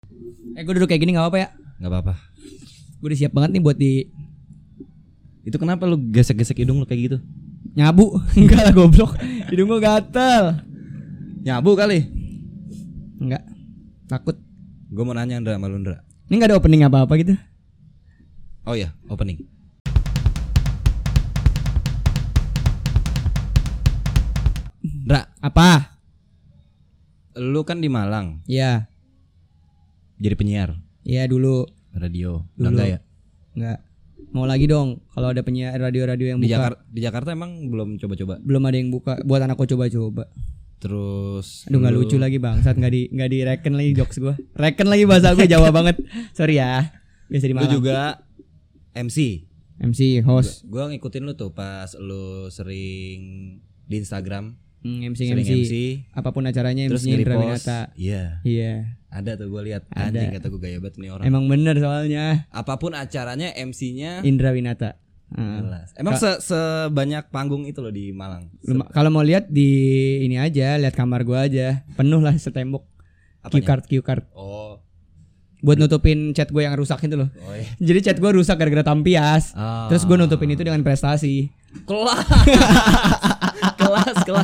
Gue duduk kayak gini gak apa-apa ya? Gak apa-apa. Gue udah siap banget nih buat di Itu kenapa lu gesek-gesek hidung lu kayak gitu? nyabu. Enggak lah goblok. Hidung gue gatel. Nyabu kali. Enggak. Takut. Gue mau nanya Ndra sama lu Ndra. Ini gak ada opening apa-apa gitu. Oh iya, opening. Ndra, Apa? lu kan di Malang Iya. jadi penyiar Iya dulu. radio. Dulu. Udah enggak ya? Enggak. Mau lagi dong. Kalau ada penyiar radio-radio yang buka. Di Jakarta emang belum coba-coba. Belum ada yang buka. Buat anakku coba-coba. Terus Aduh nggak lu- lucu lagi bangsat. Nggak di reken lagi jokes gue. Reken lagi bahasa gue Jawa banget. Sorry ya. Biasa di Lu Malang. juga MC. MC host. Gue ngikutin lu tuh pas lu sering di Instagram. MC Sering MC. MC. Apapun acaranya Terus MC-nya Indra nge-repost. Winata. Iya. Iya. Ada tuh gue lihat. Ada. Anjing kata gue gaya banget nih orang. Emang bener soalnya Apapun acaranya MC-nya Indra Winata. jelas. Emang sebanyak panggung itu loh di Malang. Kalau mau lihat di ini aja, lihat kamar gua aja, penuh lah setembok. Apanya? Cue card. Oh. Buat nutupin chat gue yang rusak itu loh. Oh iya. Jadi chat gua rusak gara-gara tampias. Ah. Terus gua nutupin itu dengan prestasi. Kelas. kelas.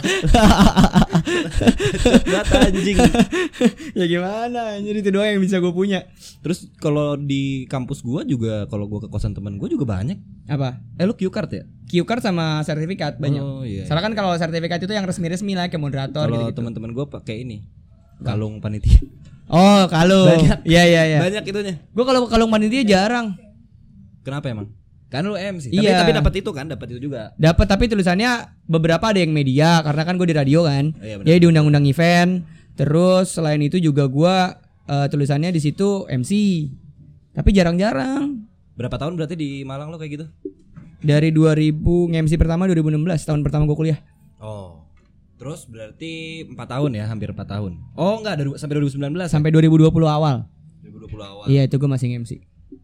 Data anjing. Ya gimana? Jadi itu doang yang bisa gue punya. Terus kalau di kampus gua juga, kalau gua ke kosan temen gua juga banyak. Apa? Lu Q card ya? Cue card sama sertifikat banyak. Oh iya. Soalnya kan kalau sertifikat itu yang resmi-resmi lah kayak moderator Kalau gitu. teman-teman gua pakai ini. Kalung panitia. Oh, kalung. Banyak. Iya. Banyak itunya. Gue kalau kalung panitia jarang. Kenapa emang? Kan lu MC. Iya. Tapi dapat itu kan, dapat itu juga. Dapat tapi tulisannya beberapa ada yang media karena kan gue di radio kan. Oh, iya, benar. Jadi di undang-undang event. Terus selain itu juga gue tulisannya di situ MC. Tapi jarang-jarang. Berapa tahun berarti di Malang lo kayak gitu? Dari 2000 nge-MC pertama 2016 tahun pertama gue kuliah. Oh. Terus berarti 4 tahun ya, hampir 4 tahun. Oh, enggak, sampai 2019. Sampai 2020 awal. 2020 awal. Iya itu gue masih nge-MC.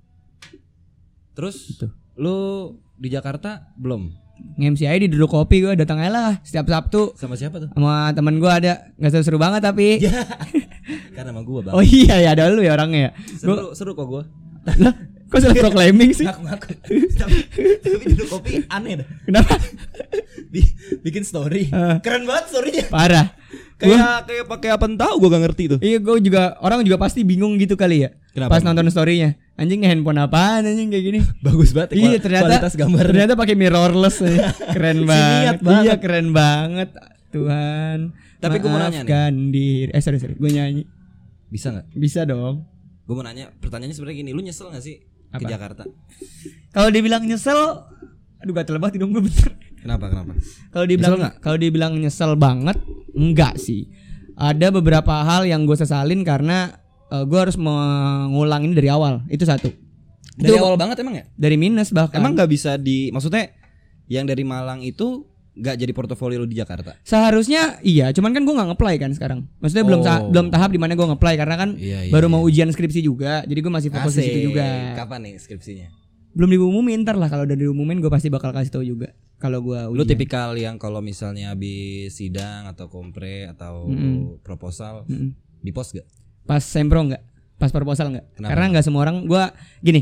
Terus Itu. lu di Jakarta belum? Nge-MC aja di Duduk Kopi gue datang aja lah setiap Sabtu. Sama siapa tuh? Sama temen gue ada. Gak seru-seru banget tapi. Karena sama gua, Bang. Oh iya ya ada lu ya orangnya ya. Seru kok gua. Lah kok self proclaiming sih? Ngaku-ngaku. tapi duduk kopi aneh dah. Kenapa? Bikin story. Keren banget storynya. Parah. Kayak pakai apa tahu gua gak ngerti tuh. Iya gue juga orang juga pasti bingung gitu kali ya. Kenapa? Pas nonton storynya. Anjing handphone apaan anjing kayak gini. Bagus banget Iya ternyata kualitas gambar. Ternyata pakai mirrorless. Keren banget. niat banget. Iya keren banget. Tuhan. Tapi gua mau nanya nih. maafkan diri. Sorry gue nyanyi. Bisa nggak? Bisa dong. Gua mau nanya. Pertanyaannya sebenarnya gini. Lu nyesel nggak sih ke Apa? Jakarta? Kalau dibilang nyesel, aduh gatel banget hidung gue bener. Kenapa? Kalau dibilang nyesel banget, enggak sih. Ada beberapa hal yang gue sesalin karena gue harus mengulang ini dari awal. Itu satu. Dari Itu awal banget emang ya? dari minus bahkan. Emang nggak bisa maksudnya yang dari Malang itu nggak jadi portofolio lu di Jakarta? Seharusnya iya, cuman kan gue nggak nge-play kan sekarang. Maksudnya belum tahap di mana gue nge-play karena kan Iya, baru mau ujian skripsi juga. Jadi gue masih fokus di situ juga. Kapan nih skripsinya? Belum diumumin, ntar lah kalau udah diumumin gue pasti bakal kasih tahu juga. Kalau gue ujian. Lu tipikal yang kalau misalnya habis sidang atau kompre atau proposal di post gak? Pas sempro nggak? Pas proposal nggak? Kenapa? Karena nggak semua orang. Gue gini.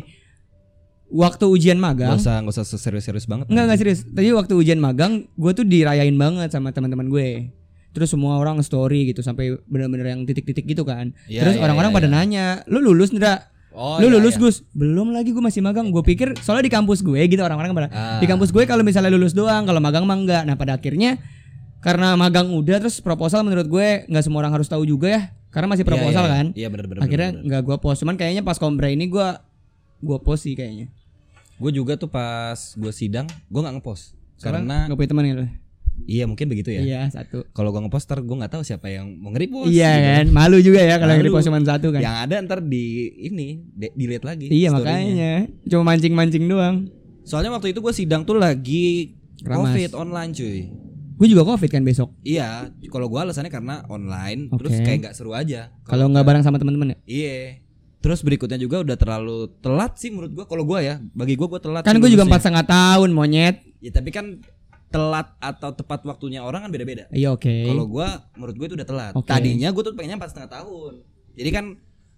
Waktu ujian magang. Gak usah serius-serius banget. Enggak serius. Tadi waktu ujian magang, gue tuh dirayain banget sama teman-teman gue. Terus semua orang story gitu sampai benar-benar yang titik-titik gitu kan. Iya, Terus iya, orang-orang iya, pada iya. nanya, "Lu lulus Ndra?" Oh, "Lu iya, lulus iya. Gus?" "Belum lagi, gue masih magang." Gue pikir soalnya di kampus gue gitu orang-orang pada. Ah. Di kampus gue kalau misalnya lulus doang, kalau magang mah enggak. Nah, pada akhirnya karena magang udah terus proposal menurut gue nggak semua orang harus tahu juga ya. Karena masih proposal Iya, kan. Iya benar-benar. Akhirnya nggak gue post. Cuman kayaknya pas kompre ini gue post sih kayaknya. Gue juga tuh pas gue sidang, gue nggak ngepost Karena karena nggak punya teman ya lu. iya mungkin begitu ya. Iya, satu. Kalau gue ngepost ntar gue nggak tahu siapa yang mau nge-repost. Iya gitu. kan, malu juga ya kalau yang Malu. repost cuma satu kan. Yang ada ntar di ini delete lagi. Iya story-nya. makanya, cuma mancing-mancing doang. Soalnya waktu itu gue sidang tuh lagi Ramas. COVID online cuy. Gue juga covid kan besok. Iya, kalau gue alasannya karena online, Oke. terus kayak nggak seru aja. Kalau nggak bareng sama teman-teman ya. Iya. Terus berikutnya juga udah terlalu telat sih menurut gue. Kalau gue ya, bagi gue telat. Kan sih gue juga lulusnya. 4,5 tahun monyet. Ya tapi kan telat atau tepat waktunya orang kan beda-beda. Iya oke. Kalau gue, menurut gue itu udah telat. Oke. Tadinya gue tuh pengennya 4,5 tahun. Jadi kan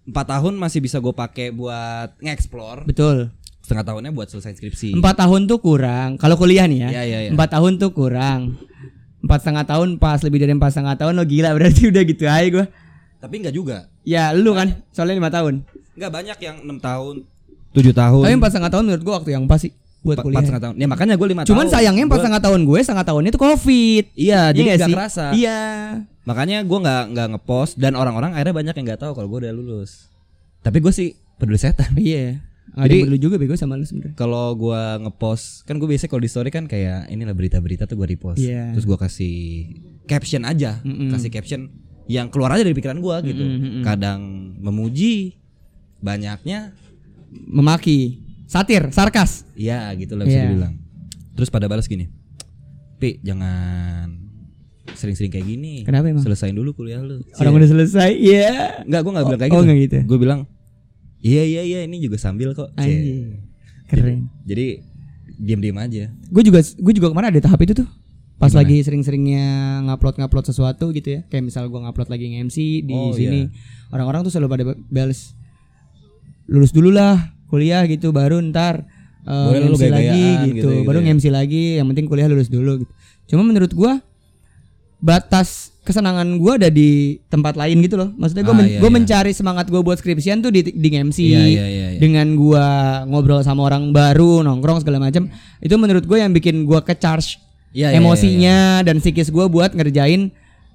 4 tahun masih bisa gue pakai buat nge-explore. Betul. Setengah tahunnya buat selesai skripsi. 4 tahun tuh kurang. Kalau kuliah nih ya. Iya. 4 tahun tuh kurang. 4,5 tahun pas lebih dari 4,5 tahun lo gila berarti udah gitu aja gue. Tapi enggak juga. Ya lu kan soalnya 5 tahun. Enggak banyak yang 6 tahun, 7 tahun. Tapi 4,5 tahun menurut gue waktu yang pas sih buat kuliah. 4,5 tahun. Ya makanya gue 5 tahun. Cuman sayangnya 4,5 tahun gue, setengah tahunnya itu Covid. Iya, jadi nggak enggak sih? kerasa. Iya. Makanya gue enggak ngepost dan orang-orang akhirnya banyak yang enggak tahu kalau gue udah lulus. Tapi gue sih peduli setan. Iya. Nggak ada Jadi yang peduli juga bego sama lu sebenarnya. kalau gue ngepost kan gue biasanya kalau di story kan kayak inilah berita-berita tuh gue repost. Iya. Terus gue kasih caption aja, kasih caption yang keluar aja dari pikiran gue gitu. Kadang memuji, banyaknya Memaki, satir, sarkas. iya gitu lah bisa Iya. dibilang. Terus pada balas gini, Pi jangan sering-sering kayak gini. Kenapa emang? Selesain dulu kuliah lu. Orang udah selesai. Iya. Enggak, gue enggak bilang kayak Oh, gitu. enggak gitu. Gue bilang, iya ini juga sambil kok. Anjing. Keren. Jadi diam-diam aja. Gue juga kemarin ada tahap itu tuh. Pas Gimana? lagi sering-seringnya ngupload sesuatu gitu ya. Kayak misal gue ngupload lagi nge-MC di sini. Orang-orang tuh selalu pada balas lulus dulu lah kuliah gitu baru ntar Boleh lu nge-MC lagi gaya-gayaan gitu. gitu Baru ya. nge-MC lagi, yang penting kuliah lulus dulu gitu. Cuma menurut gue batas kesenangan gue ada di tempat lain gitu loh. Maksudnya gue Iya. mencari semangat gue buat skripsian tuh di nge-MC. Iya. Dengan gue ngobrol sama orang baru, nongkrong segala macam. Itu menurut gue yang bikin gue ke-charge Iya, emosinya dan psikis gue buat ngerjain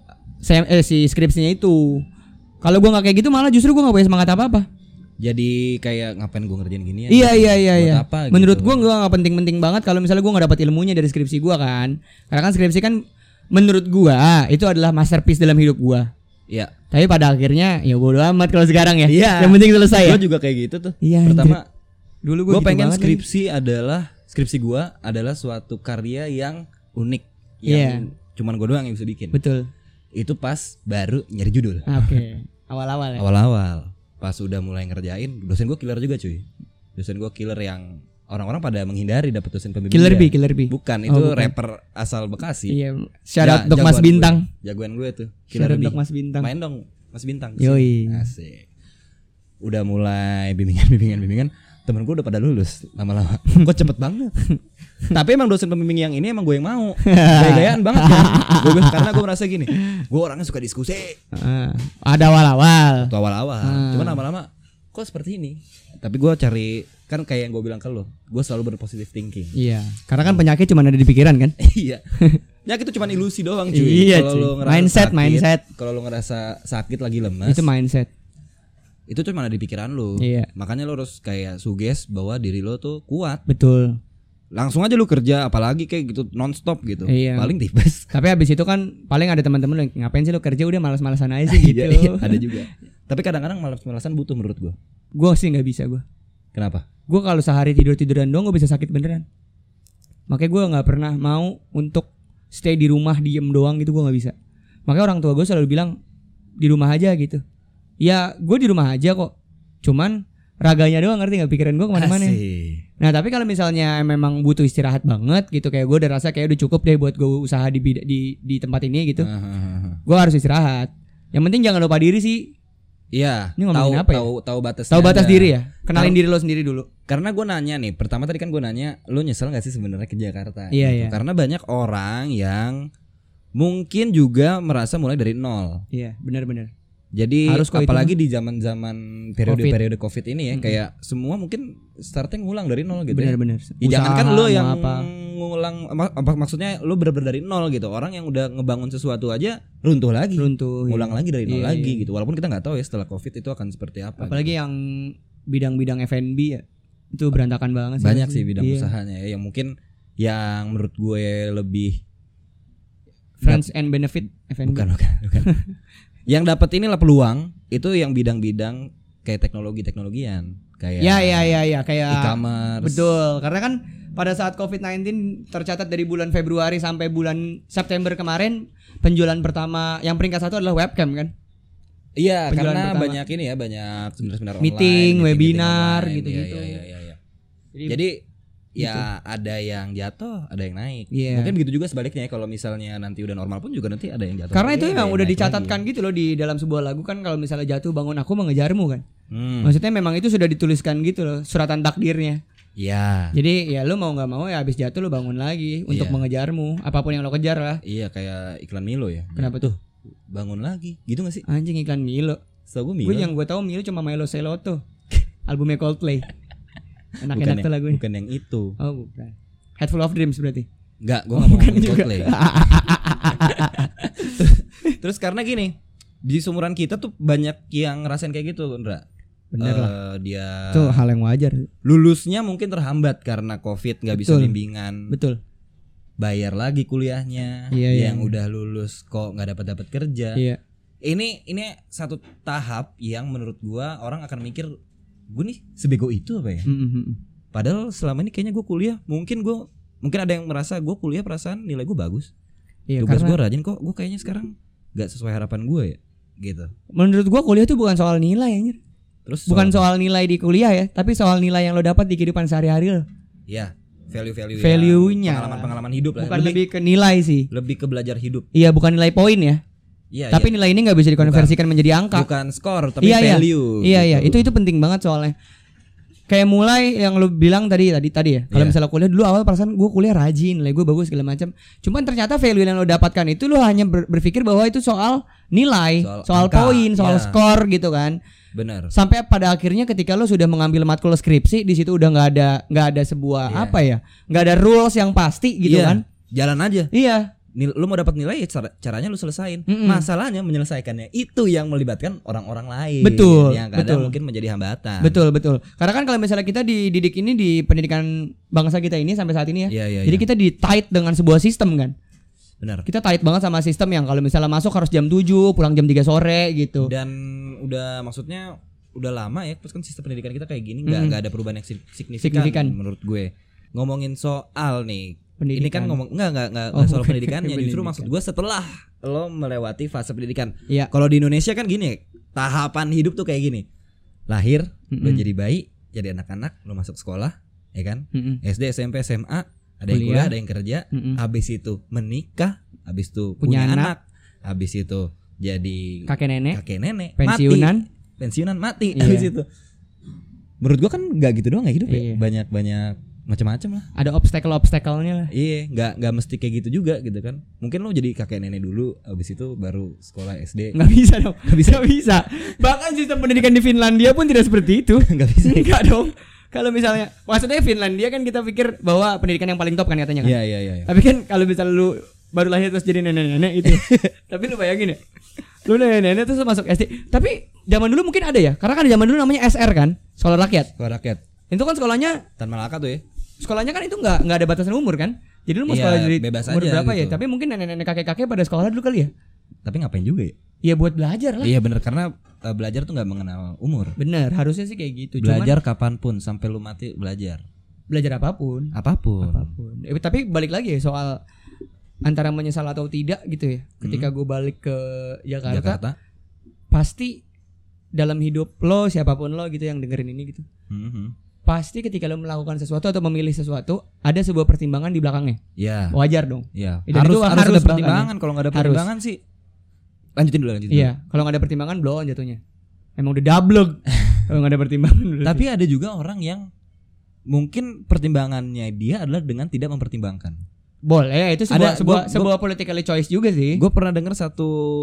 si skripsinya itu. Kalau gue nggak kayak gitu malah justru gue nggak punya semangat apa-apa. Jadi kayak ngapain gue ngerjain gini ya? Iya. Buat apa, Menurut gitu. gue nggak penting-penting banget kalau misalnya gue nggak dapat ilmunya dari skripsi gue kan. Karena kan skripsi kan menurut gue itu adalah masterpiece dalam hidup gue. Iya. Tapi pada akhirnya ya bodo amat kalau sekarang ya. Iya. Yang penting selesai ya. Gue juga kayak gitu tuh. Iya, Pertama, dulu gue gitu pengen banget skripsi gue adalah suatu karya yang unik, Iya. yang cuman gue doang yang bisa bikin. Betul. Itu pas baru nyari judul. Oke. Awal-awal ya. Awal-awal, pas udah mulai ngerjain, dosen gue killer juga cuy. Dosen gue killer yang orang-orang pada menghindari dapat dosen pembimbing. Killer B. Bukan, Oh, itu bukan. rapper asal Bekasi. Iya. Shout out Dok jagoan Mas Bintang. Jagoan gue tuh. Shout out B. Dok Mas Bintang. Main dong Mas Bintang. Yoi. Asik. Udah mulai bimbingan. Temen gue udah pada lulus lama-lama. Kok cepet banget. Tapi emang dosen pembimbing yang ini emang gue yang mau. Gaya-gayaan banget kan. Karena gue merasa gini, gue orangnya suka diskusi. Ada awal-awal. Waktu awal-awal. Cuman lama-lama kok seperti ini. Tapi gue cari, kan kayak yang gue bilang ke lo, gue selalu berpositive thinking. Iya. Karena kan penyakit cuma ada di pikiran kan. Iya. Ya itu cuma ilusi doang cuy. Iya, Kalau cuy. lo ngerasa Mindset. Kalau lo ngerasa sakit lagi lemas, Itu mindset. itu cuma ada di pikiran lo. Iya. Makanya lo harus kayak suges bahwa diri lo tuh kuat. Betul. Langsung aja lu kerja, apalagi kayak gitu nonstop gitu. Iya. Paling tipes. Tapi habis itu kan paling ada teman-teman yang ngapain sih lo kerja udah malas-malasan aja sih gitu. Iya, ada juga. Tapi kadang-kadang malas-malasan butuh menurut gua. Gue sih nggak bisa gue. Kenapa? Gue kalau sehari tiduran doang gue bisa sakit beneran. Makanya gue nggak pernah mau untuk stay di rumah diem doang gitu, gue nggak bisa. Makanya orang tua gue selalu bilang di rumah aja gitu. Ya gue di rumah aja kok. Cuman raganya doang, ngerti nggak, pikiran gue kemana-mana. Asik. Nah tapi kalau misalnya memang butuh istirahat banget gitu, kayak gue udah rasa kayak udah cukup deh buat gue usaha di tempat ini gitu, gue harus istirahat. Yang penting jangan lupa diri sih. Iya. Ini ngomongin apa ya? Tahu batas. Tahu batas diri ya. Kenalin diri lo sendiri dulu. Karena gue nanya nih, pertama tadi kan gue nanya, lo nyesel nggak sih sebenarnya ke Jakarta? Iya, gitu. iya. Karena banyak orang yang mungkin juga merasa mulai dari nol. Iya benar-benar. Jadi Harus kok itu apalagi di zaman-zaman periode-periode COVID. COVID ini ya, kayak semua mungkin starting ngulang dari nol gitu. Benar-benar. Ya, jangan kan lo yang apa. ngulang maksudnya lo bener-bener dari nol gitu. Orang yang udah ngebangun sesuatu aja runtuh lagi. Ngulang lagi dari nol lagi gitu. Walaupun kita nggak tahu ya setelah COVID itu akan seperti apa. Apalagi gitu. yang bidang-bidang F&B ya, itu berantakan banget sih. Banyak sih bidang Iya. usahanya ya, yang mungkin yang menurut gue lebih Friends and benefit F&B. bukan. Yang dapat inilah peluang itu yang bidang-bidang kayak teknologian kayak Ya kayak e-commerce. Betul, karena kan pada saat COVID-19 tercatat dari bulan Februari sampai bulan September kemarin, penjualan pertama yang peringkat 1 adalah webcam kan. Iya, Penjualan karena pertama. banyak ini ya, banyak seminar Meeting, online, webinar, online. gitu-gitu. Iya. Jadi Jadi ya ada yang jatuh, ada yang naik. Iya. Mungkin begitu juga sebaliknya, kalau misalnya nanti udah normal pun juga nanti ada yang jatuh. karena lagi, itu ada yang yang udah naik dicatatkan lagi. gitu loh di dalam sebuah lagu kan, kalau misalnya jatuh bangun aku mengejarmu kan. Maksudnya memang itu sudah dituliskan gitu loh, suratan takdirnya. Iya. Jadi ya lu mau nggak mau ya habis jatuh lu bangun lagi untuk Iya. mengejarmu, apapun yang lo kejar lah. Iya kayak iklan Milo ya. Kenapa tuh? Bangun lagi, gitu gak sih? Anjing iklan Milo. Setahu gue Milo. Gue yang gue tahu Milo cuma Milo Seloto. Albumnya Coldplay. bukan Enak-enak tuh yang, lagunya. bukan yang itu. Oh bukan. Head Full of Dreams berarti. Enggak, gue gak mau ngomongin juga. Coldplay. Terus karena gini, di seumuran kita tuh banyak yang ngerasain kayak gitu, Ndra. Bener lah. Dia Itu hal yang wajar. lulusnya mungkin terhambat karena COVID, nggak bisa Betul. bimbingan. Betul. Bayar lagi kuliahnya. Iya, yang iya. udah lulus kok nggak dapat kerja. Iya. Ini satu tahap yang menurut gua orang akan mikir, gue nih sebego itu apa ya? Padahal selama ini kayaknya gue kuliah, mungkin ada yang merasa gue kuliah perasaan nilai gue bagus. Iya, Tugas gue karena rajin kok, gue kayaknya sekarang nggak sesuai harapan gue ya, gitu. menurut gua kuliah tuh bukan soal nilai anjir. Terus Bukan soal nilai di kuliah ya, tapi soal nilai yang lo dapat di kehidupan sehari-hari lo. ya value-nya, Value-nya. pengalaman hidup lah. Bukan lebih ke nilai sih. lebih ke belajar hidup. Iya, bukan nilai poin ya. Iya. Tapi iya. nilai ini nggak bisa dikonversikan menjadi angka. Bukan skor tapi Iya, iya. value. Iya, gitu. itu penting banget soalnya. Kayak mulai yang lu bilang tadi ya. Kalau Iya. misalnya kuliah dulu awal perasaan gue kuliah rajin, nilai gue bagus segala macam. Cuman ternyata value yang lo dapatkan itu lo hanya berpikir bahwa itu soal nilai, soal angka, poin, soal iya. skor gitu kan. Benar. Sampai pada akhirnya ketika lo sudah mengambil matkul skripsi, di situ udah nggak ada sebuah Iya. apa ya, nggak ada rules yang pasti gitu Iya, kan. Jalan aja. Iya, Lu mau dapat nilai ya caranya lu selesain. Mm-mm. Masalahnya menyelesaikannya itu yang melibatkan orang-orang lain. Betul, Yang kadang betul. mungkin menjadi hambatan. betul. Karena kan kalau misalnya kita dididik ini di pendidikan bangsa kita ini sampai saat ini ya. Iya, Jadi iya. kita di tight dengan sebuah sistem kan. Benar. Kita tight banget sama sistem yang kalau misalnya masuk harus jam 7, pulang jam 3 sore gitu. Dan maksudnya udah lama ya, terus kan sistem pendidikan kita kayak gini, nggak ada perubahan yang signifikan menurut gue. Ngomongin soal nih, Pendidikan. ini kan ngomong nggak Oh, soal bukan. pendidikannya, justru Pendidikan. maksud gue setelah lo melewati fase pendidikan. Iya. Kalau di Indonesia kan gini, tahapan hidup tuh kayak gini. Lahir, lo jadi bayi, jadi anak-anak, lo masuk sekolah, ya kan? Mm-mm. SD, SMP, SMA, ada yang Kuliah. kuliah, ada yang kerja, Mm-mm. habis itu menikah, habis itu Punya punya anak. anak, habis itu jadi Kakek nenek, pensiunan, pensiunan. mati Iya. habis itu. Menurut gua kan nggak gitu doang ya hidup Iya. ya, banyak macam-macam lah. Ada obstacle-obstacle-nya lah. Iya, nggak mesti kayak gitu juga gitu kan. Mungkin lo jadi kakek nenek dulu, habis itu baru sekolah SD. Nggak bisa dong. Nggak bisa. Bahkan sistem pendidikan di Finlandia pun tidak seperti itu. Nggak bisa. Enggak dong. Kalau misalnya, maksudnya Finlandia kan kita pikir bahwa pendidikan yang paling top kan katanya kan. Iya. Tapi kan kalau misalnya lu baru lahir terus jadi nenek-nenek itu. Tapi lu bayangin ya. Lu nenek-nenek terus lu masuk SD. Tapi zaman dulu mungkin ada ya. Karena kan zaman dulu namanya SR kan, sekolah rakyat. Sekolah rakyat. Itu kan sekolahnya Tan Malaka tuh ya. sekolahnya kan itu nggak ada batasan umur kan. Jadi lu mau Iya, sekolah dari bebas umur aja berapa ya? gitu. Tapi mungkin nenek-nenek kakek-kakek pada sekolah dulu kali ya. Tapi ngapain juga ya? Ya buat belajar lah. Iya bener, karena belajar tuh nggak mengenal umur. Bener, harusnya sih kayak gitu. Cuman Belajar kapanpun sampai lu mati belajar. belajar apapun. Apapun. Tapi balik lagi ya soal antara menyesal atau tidak gitu ya. Ketika gue balik ke Jakarta, pasti dalam hidup lo, siapapun lo gitu yang dengerin ini gitu, pasti ketika lo melakukan sesuatu atau memilih sesuatu, ada sebuah pertimbangan di belakangnya. Iya. Wajar dong. Iya. Dan itu Harus harus ada pertimbangan. Kalau nggak ada Harus. pertimbangan sih, lanjutin dulu. Iya, kalau nggak ada pertimbangan blow on jatuhnya. Emang udah double kalau nggak ada pertimbangan. Tapi ada juga orang yang mungkin pertimbangannya dia adalah dengan tidak mempertimbangkan. boleh, itu sebuah Ada, sebuah, gua- sebuah politically choice juga sih. Gue pernah dengar satu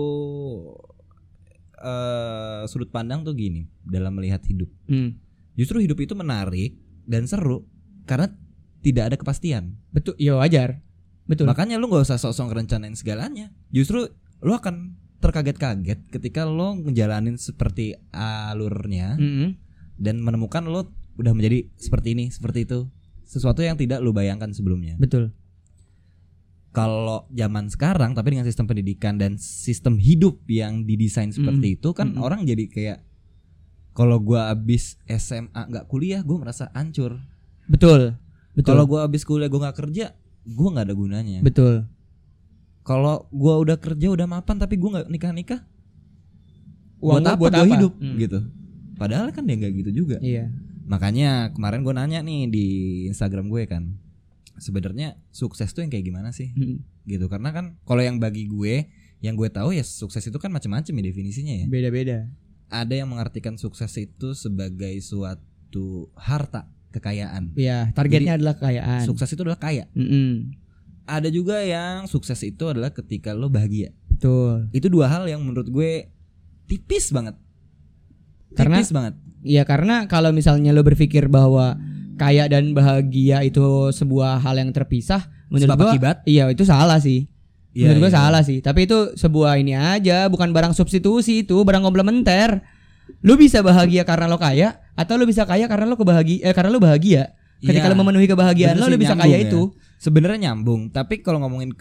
sudut pandang tuh gini dalam melihat hidup. Justru hidup itu menarik dan seru karena tidak ada kepastian. Betul, ya wajar. Betul. Makanya lu nggak usah sok-sok ngerencanain segalanya. Justru lu akan terkaget-kaget ketika lu ngejalanin seperti alurnya dan menemukan lu udah menjadi seperti ini, seperti itu. Sesuatu yang tidak lu bayangkan sebelumnya. Betul. Kalau zaman sekarang tapi dengan sistem pendidikan dan sistem hidup yang didesain seperti itu kan orang jadi kayak kalau gua abis SMA nggak kuliah gua merasa hancur. Betul. Kalau gua abis kuliah gua nggak kerja, gua nggak ada gunanya. Betul. Kalau gua udah kerja udah mapan tapi gua nggak nikah, Uang buat gua apa gua hidup Hmm. gitu. Padahal kan dia nggak gitu juga. Iya. Makanya kemarin gua nanya nih di Instagram gue kan, sebenarnya sukses tuh yang kayak gimana sih? Gitu. Karena kan kalau yang bagi gue, yang gue tahu ya sukses itu kan macam-macam ya definisinya ya. Beda-beda. ada yang mengartikan sukses itu sebagai suatu harta, kekayaan. Iya, targetnya adalah kekayaan. Sukses itu adalah kaya. Ada juga yang sukses itu adalah ketika lo bahagia. Betul. Itu dua hal yang menurut gue tipis banget. Karena Tipis banget. Iya, karena kalau misalnya lo berpikir bahwa kaya dan bahagia itu sebuah hal yang terpisah, menurut Sebab gua akibat? iya itu salah sih. Iya, Menurut gua iya. salah sih. Tapi itu sebuah ini aja, bukan barang substitusi, itu barang komplementer. Lu bisa bahagia karena lo kaya, atau lu bisa kaya karena lo karena lo bahagia. Ketika Iya. lo memenuhi kebahagiaan Bener lo sih, bisa nyambung kaya ya. itu. Sebenarnya nyambung, tapi kalau ngomongin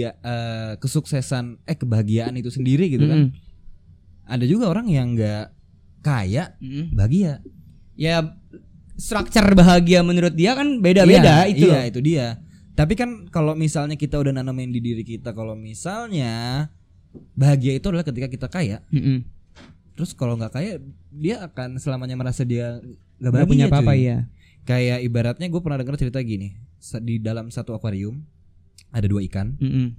kesuksesan kebahagiaan itu sendiri gitu kan. Ada juga orang yang enggak kaya bahagia. Ya struktur bahagia menurut dia kan beda-beda itu. Iya, itu dia. Tapi kan kalau misalnya kita udah nanamin di diri kita kalau misalnya bahagia itu adalah ketika kita kaya. Terus kalau nggak kaya dia akan selamanya merasa dia nggak Gak bahagia. punya apa-apa cuy. ya. Kayak ibaratnya gue pernah dengar cerita gini. Di dalam satu akuarium ada 2 ikan.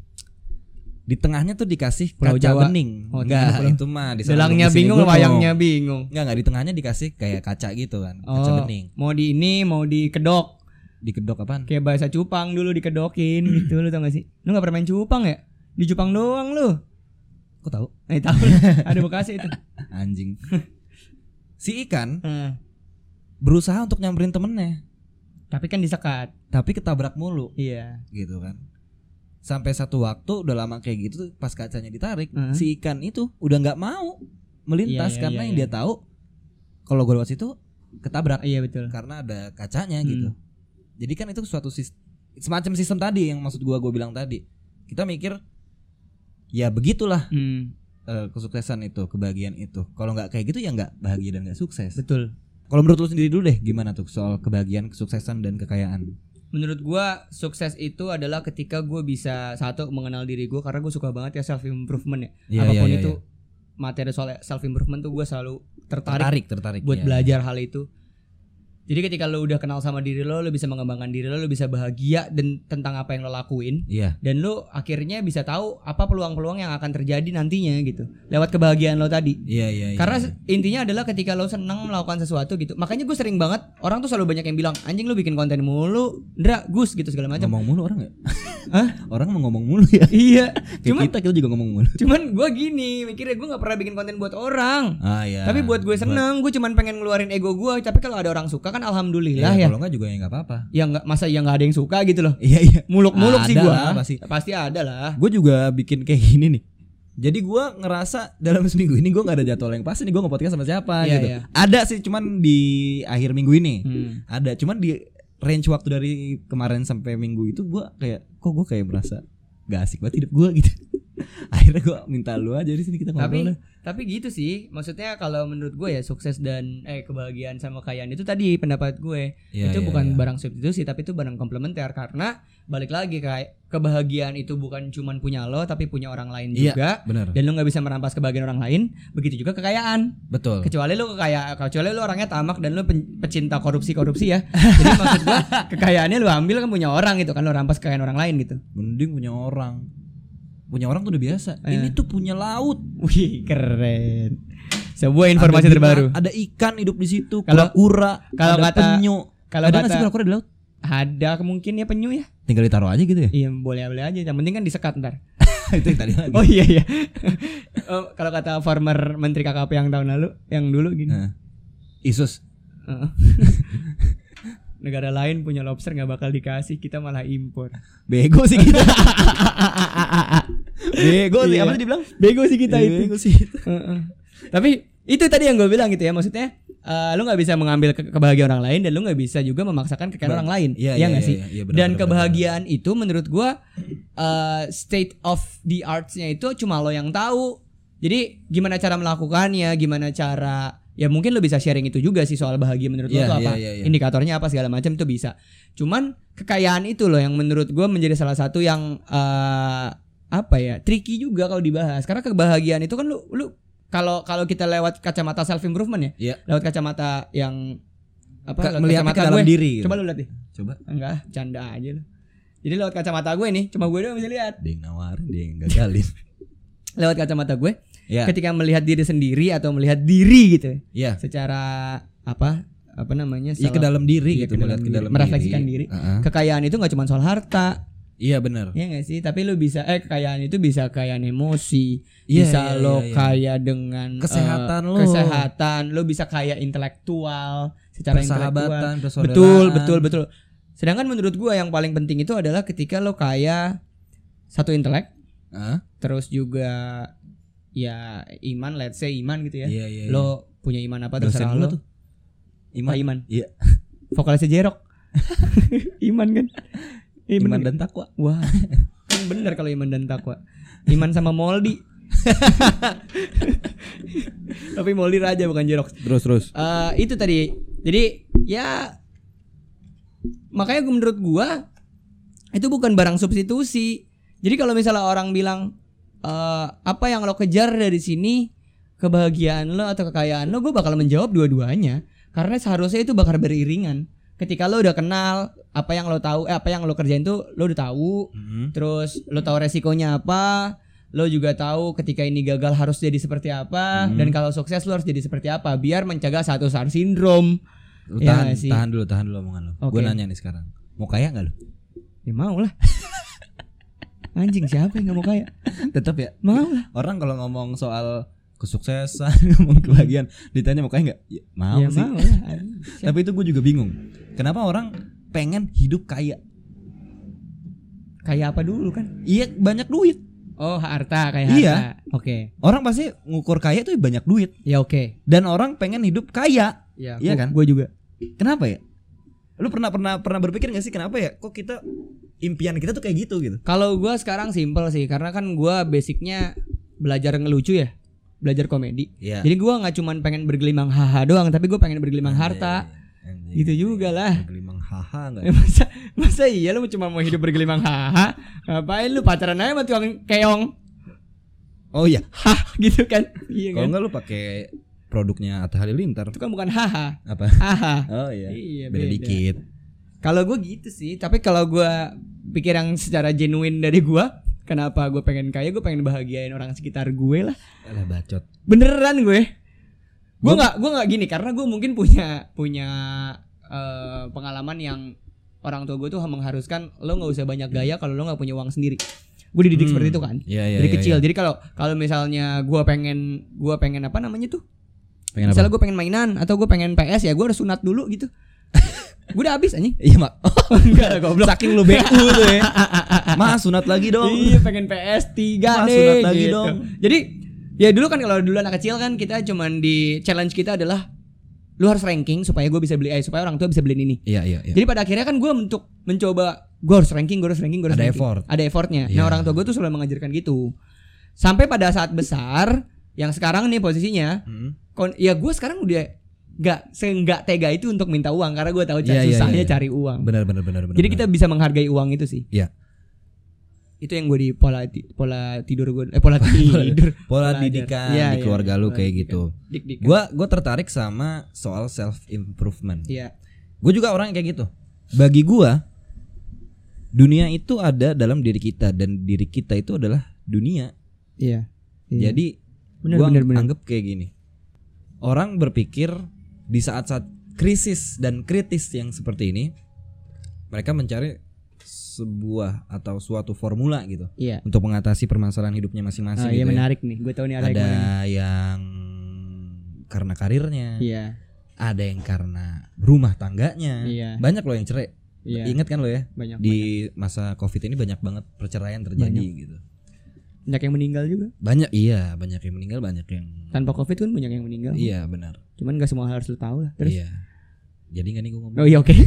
Di tengahnya tuh dikasih Pulau kaca Jawa. bening. Oh, Enggak, Pulau- itu mah di sana Delangnya di sini bingung, gunung. wayangnya bingung. Enggak, di tengahnya dikasih kayak kaca gitu kan. Kaca bening. Mau di ini, mau dikedok. Dikedok apaan? Kayak bahasa cupang dulu dikedokin gitu, lu tau gak sih? Lu gak pernah main cupang ya? Di cupang doang lu. Kok tahu? Tahu. Ada Bekasi itu. Anjing. Si ikan berusaha untuk nyamperin temennya, Tapi kan disekat. tapi ketabrak mulu Iya. gitu kan. Sampai satu waktu udah lama kayak gitu, pas kacanya ditarik, si ikan itu udah nggak mau melintas karena yang dia tahu kalau gue lewat situ ketabrak. Iya betul. Karena ada kacanya gitu. Jadi kan itu suatu semacam sistem tadi yang maksud gue bilang tadi. Kita mikir ya begitulah kesuksesan itu, kebahagiaan itu. Kalau nggak kayak gitu ya nggak bahagia dan nggak sukses. Betul. Kalau menurut lu sendiri dulu deh, gimana tuh soal kebahagiaan, kesuksesan dan kekayaan? Menurut gua sukses itu adalah ketika gua bisa satu mengenal diri gua, karena gua suka banget ya self improvement ya. Iya, Apapun iya, itu materi soal self improvement tuh gua selalu tertarik buat iya. belajar hal itu. Jadi ketika lo udah kenal sama diri lo bisa mengembangkan diri lo bisa bahagia dan tentang apa yang lo lakuin. Iya. Dan lo akhirnya bisa tahu apa peluang-peluang yang akan terjadi nantinya gitu. Lewat kebahagiaan lo tadi. Iya. Karena intinya adalah ketika lo senang melakukan sesuatu gitu. Makanya gue sering banget orang tuh selalu banyak yang bilang, anjing lo bikin konten mulu, Ndra, Gus gitu segala macam. Ngomong mulu orang nggak? Hah? Orang mau ngomong mulu ya. Iya. Kayak kita juga ngomong mulu. Cuman gue gini mikirnya, gue nggak pernah bikin konten buat orang. Ah iya. Tapi buat gue seneng, gue cuman pengen ngeluarin ego gue. Tapi kalau ada orang suka kan alhamdulillah ya. Kalau nggak juga ya nggak apa-apa. Ya nggak, masa ya nggak ada yang suka gitu loh. Iya. Muluk-muluk sih Ada gue. lah, Pasti ada lah. Gue juga bikin kayak gini nih. Jadi gue ngerasa dalam seminggu ini gue nggak ada jadwal yang pasti nih, gue nge-podcast sama siapa Iya, gitu. iya. Ada sih cuman di akhir minggu ini. Ada. Cuman di range waktu dari kemarin sampai minggu itu gue kayak gue kayak merasa gak asik banget hidup gue gitu. Akhirnya gue minta lu aja di sini kita ngobrol. Tapi gitu sih, maksudnya kalau menurut gue ya sukses dan kebahagiaan sama kekayaan itu tadi pendapat gue. Iya, Itu iya, bukan iya. barang substitusi tapi itu barang komplementer, karena balik lagi kayak kebahagiaan itu bukan cuman punya lo tapi punya orang lain Iya, juga. bener. Dan lo nggak bisa merampas kebahagiaan orang lain, begitu juga kekayaan. Betul. Kecuali lo orangnya tamak dan lo pecinta korupsi ya. Jadi maksud gue kekayaannya lo ambil kan punya orang gitu kan, lo rampas kekayaan orang lain gitu. Mending punya orang. Punya orang tuh udah biasa. Ini tuh punya laut. Wih, keren. Sebuah informasi terbaru. Ada ikan hidup di situ. Kalau- Kura-kura. kalau ada kata- penyu. kalau ada nggak kata- sih kura-kura di laut? Ada kemungkinan ya penyu ya. Tinggal ditaruh aja gitu ya. Iya boleh aja. Yang penting kan disekat ntar. Itu yang tadi lagi. Oh iya. Kalau kata farmer Menteri KKP yang tahun lalu, yang dulu gini. Nah. Isus. Heeh. Negara lain punya lobster nggak bakal dikasih, kita malah impor. Bego sih kita. Bego sih. Iya. Apa tadi dibilang? Bego sih kita itu. Bego sih. Heeh. Tapi itu tadi yang gue bilang gitu ya, maksudnya lu nggak bisa mengambil kebahagiaan orang lain dan lu nggak bisa juga memaksakan kekayaan orang lain. Iya, ya iya, nggak iya, sih? iya, benar, Dan benar, kebahagiaan itu menurut gue state of the arts-nya itu cuma lo yang tahu. Jadi gimana cara melakukannya, gimana cara, ya mungkin lo bisa sharing itu juga sih soal bahagia menurut lo Iya, tuh apa, iya, iya. indikatornya apa segala macam itu bisa. Cuman kekayaan itu loh yang menurut gue menjadi salah satu yang apa ya, tricky juga kalau dibahas. Karena kebahagiaan itu kan lu kalau kita lewat kacamata self improvement ya, Iya. lewat kacamata yang lewat Melihat kacamata ke dalam gue. diri gitu. Coba lu lihat deh. Coba. Enggak, canda aja lu. Jadi lewat kacamata gue nih, cuma gue doang bisa lihat. Dia yang nawarin, dia yang gagalin. Lewat kacamata gue, Iya. ketika melihat diri sendiri atau melihat diri gitu. Iya. Secara apa namanya? Iya, ke dalam diri Iya, gitu, ke dalam melihat ke diri, dalam merefleksikan diri. Heeh. Kekayaan itu nggak cuma soal harta. Iya benar. Iya gak sih? Tapi lu bisa kekayaan itu bisa kekayaan emosi, Iya, bisa iya, lo iya, iya. kaya dengan Kesehatan lo. kesehatan, lo bisa kaya intelektual, secara Persahabatan, intelektual. persaudaraan. Betul. Sedangkan menurut gua yang paling penting itu adalah ketika lo kaya satu intelek, Hah? terus juga ya iman, let's say iman gitu ya. Iya, iya, Lo punya iman apa Dosen terserah gua lo. tuh. Iman. Pak Iman. Iya. Vokalisnya Jerok. Iman kan? Iya, Iman bener. dan takwa. Wah, kan bener kalau iman dan takwa. Iman sama Moldi. Tapi Moldi raja bukan Jerok. Terus. Itu tadi. Jadi ya makanya menurut gua itu bukan barang substitusi. Jadi kalau misalnya orang bilang apa yang lo kejar dari sini, kebahagiaan lo atau kekayaan lo, gua bakal menjawab dua-duanya karena seharusnya itu bakal beriringan. Ketika lo udah kenal apa yang lo tahu, apa yang lo kerjain tuh lo udah tahu, terus lo tahu resikonya apa, lo juga tahu ketika ini gagal harus jadi seperti apa, dan kalau sukses lo harus jadi seperti apa, biar mencegah satu SAR syndrome. Lu Ya tahan, nggak sih? tahan dulu omongan lu. Oke. Gue nanya nih sekarang. Mau kaya enggak lu? Ya mau lah. Anjing, siapa yang gak mau kaya? Tetap ya. Mau lah. Orang kalau ngomong soal kesuksesan, ngomong kebahagiaan, ditanya mau kaya enggak? Ya, mau Ya sih. mau lah. Tapi itu gue juga bingung. Kenapa orang pengen hidup kaya? Kaya apa dulu kan? Iya, banyak duit. Oh, harta, kayak Iya. harta. Oke. Orang pasti ngukur kaya tuh banyak duit. Ya oke. Dan orang pengen hidup kaya. Ya, Iya kan? Gue juga. Kenapa ya? Lu pernah berpikir gak sih kenapa ya? Kok kita impian kita tuh kayak gitu gitu? Kalau gue sekarang simple sih, karena kan gue basicnya belajar ngelucu ya, belajar komedi. Iya. Jadi gue nggak cuman pengen bergelimang haha doang, tapi gue pengen bergelimang harta. Anjing. Gitu juga lah. Bergelimang haha enggak? Masa iya lu cuma mau hidup bergelimang haha? Ngapain lu pacaran aja sama tukang keong? Oh iya. Hah gitu kan? Iya Kalau kan? enggak lu pakai produknya Atta Halilintar. Itu kan bukan haha. Apa? Haha. Oh iya. Iya, beda beda. dikit. Kalau gue gitu sih, tapi kalau gue pikir yang secara genuine dari gue, kenapa gue pengen kaya? Gue pengen bahagiain orang sekitar gue lah. Alah bacot. Beneran gue. Gue nggak gini karena gue mungkin punya pengalaman yang orang tua gue tuh mengharuskan lo nggak usah banyak gaya kalau lo nggak punya uang sendiri. Gue dididik seperti itu kan. Iya, Dari iya, kecil. iya. Jadi kalau misalnya gue pengen apa namanya tuh? Pengen Misalnya apa? gue pengen mainan atau gue pengen PS ya gue harus sunat dulu gitu. Gue udah habis anjing. Iya mak. Enggak lah goblok. Saking lu BU tuh ya. Mas sunat lagi dong. Iya pengen PS3 Mas, nih sunat lagi gitu. dong. Jadi ya dulu kan kalau dulu anak kecil kan kita cuman di challenge kita adalah lu harus ranking supaya gue bisa beli supaya orang tua bisa beliin ini. Iya. Jadi pada akhirnya kan gue untuk mencoba gue harus ranking. Ada effort. Ada effortnya. Iya. Nah orang tua gue tuh selalu mengajarkan gitu. Sampai pada saat besar yang sekarang nih posisinya, ya gue sekarang udah nggak tega itu untuk minta uang karena gue tahu Iya, susahnya iya. cari uang. Benar. Jadi kita bisa menghargai uang itu sih. Iya. Itu yang gue di pola tidur gue pola tidur Pola ajar. didikan Iya, di keluarga lu pola kayak didikan. gitu. Dik-dikan. Gua tertarik sama soal self improvement. Iya. Gue juga orang yang kayak gitu. Bagi gua dunia itu ada dalam diri kita dan diri kita itu adalah dunia. Iya. Jadi Bener, gua bener. anggap kayak gini. Orang berpikir di saat-saat krisis dan kritis yang seperti ini, mereka mencari sebuah atau suatu formula gitu Iya. untuk mengatasi permasalahan hidupnya masing-masing. Iya gitu ya. menarik nih. Gue tahu nih ada Ada yang yang karena karirnya, Iya. ada yang karena rumah tangganya. Iya. Banyak loh yang cerai. Iya. Ingat kan lo ya? Banyak. Di masa Covid ini banyak banget perceraian terjadi gitu. Banyak yang meninggal juga. Banyak banyak yang meninggal, banyak yang Tanpa Covid kan banyak yang meninggal. Iya, benar. Cuman gak semua hal harus lu tahu lah. Terus. Iya. Jadi enggak nih gue ngomong. Oh iya oke.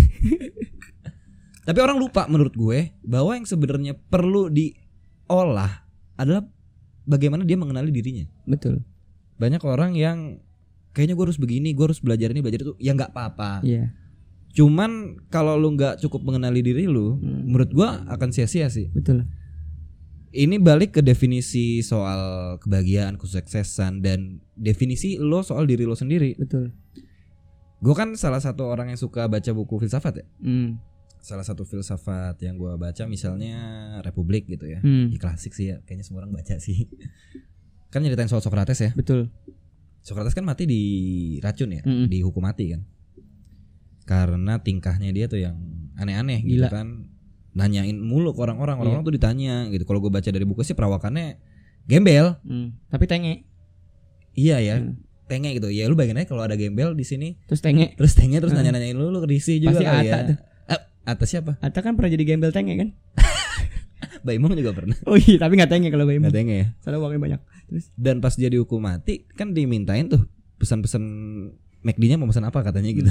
Tapi orang lupa menurut gue bahwa yang sebenarnya perlu diolah adalah bagaimana dia mengenali dirinya. Betul. Banyak orang yang kayaknya gue harus begini, gue harus belajar ini, belajar itu. Ya nggak apa-apa. Iya. Cuman kalau lu nggak cukup mengenali diri lu, menurut gue akan sia-sia sih. Betul. Ini balik ke definisi soal kebahagiaan, kesuksesan, dan definisi lo soal diri lo sendiri. Betul. Gue kan salah satu orang yang suka baca buku filsafat ya. Salah satu filsafat yang gue baca misalnya Republik gitu ya. Ya klasik sih ya, kayaknya semua orang baca sih. kan nyeritain soal Socrates ya. Betul. Socrates kan mati diracun ya, dihukum mati kan. Karena tingkahnya dia tuh yang aneh-aneh gitu Gila. kan. Nanyain mulu ke orang-orang, orang-orang tuh ditanya gitu. Kalau gue baca dari buku sih perawakannya gembel. Tapi tenge. Iya ya. Tenge gitu. Ya lu bayangin aja kalau ada gembel di sini. Terus tenge. Terus nanya-nanyain lu kedisi juga Pasti kali Ata ya. tuh. Ata siapa? Ata kan pernah jadi gembel tenge kan? Baimong juga pernah. Oh iya, tapi enggak tenge kalau Baimong. Nggak tenge ya. Soalnya uangnya banyak. Terus Dan pas dia dihukum mati kan dimintain tuh pesan-pesan McD-nya mau pesan apa katanya gitu.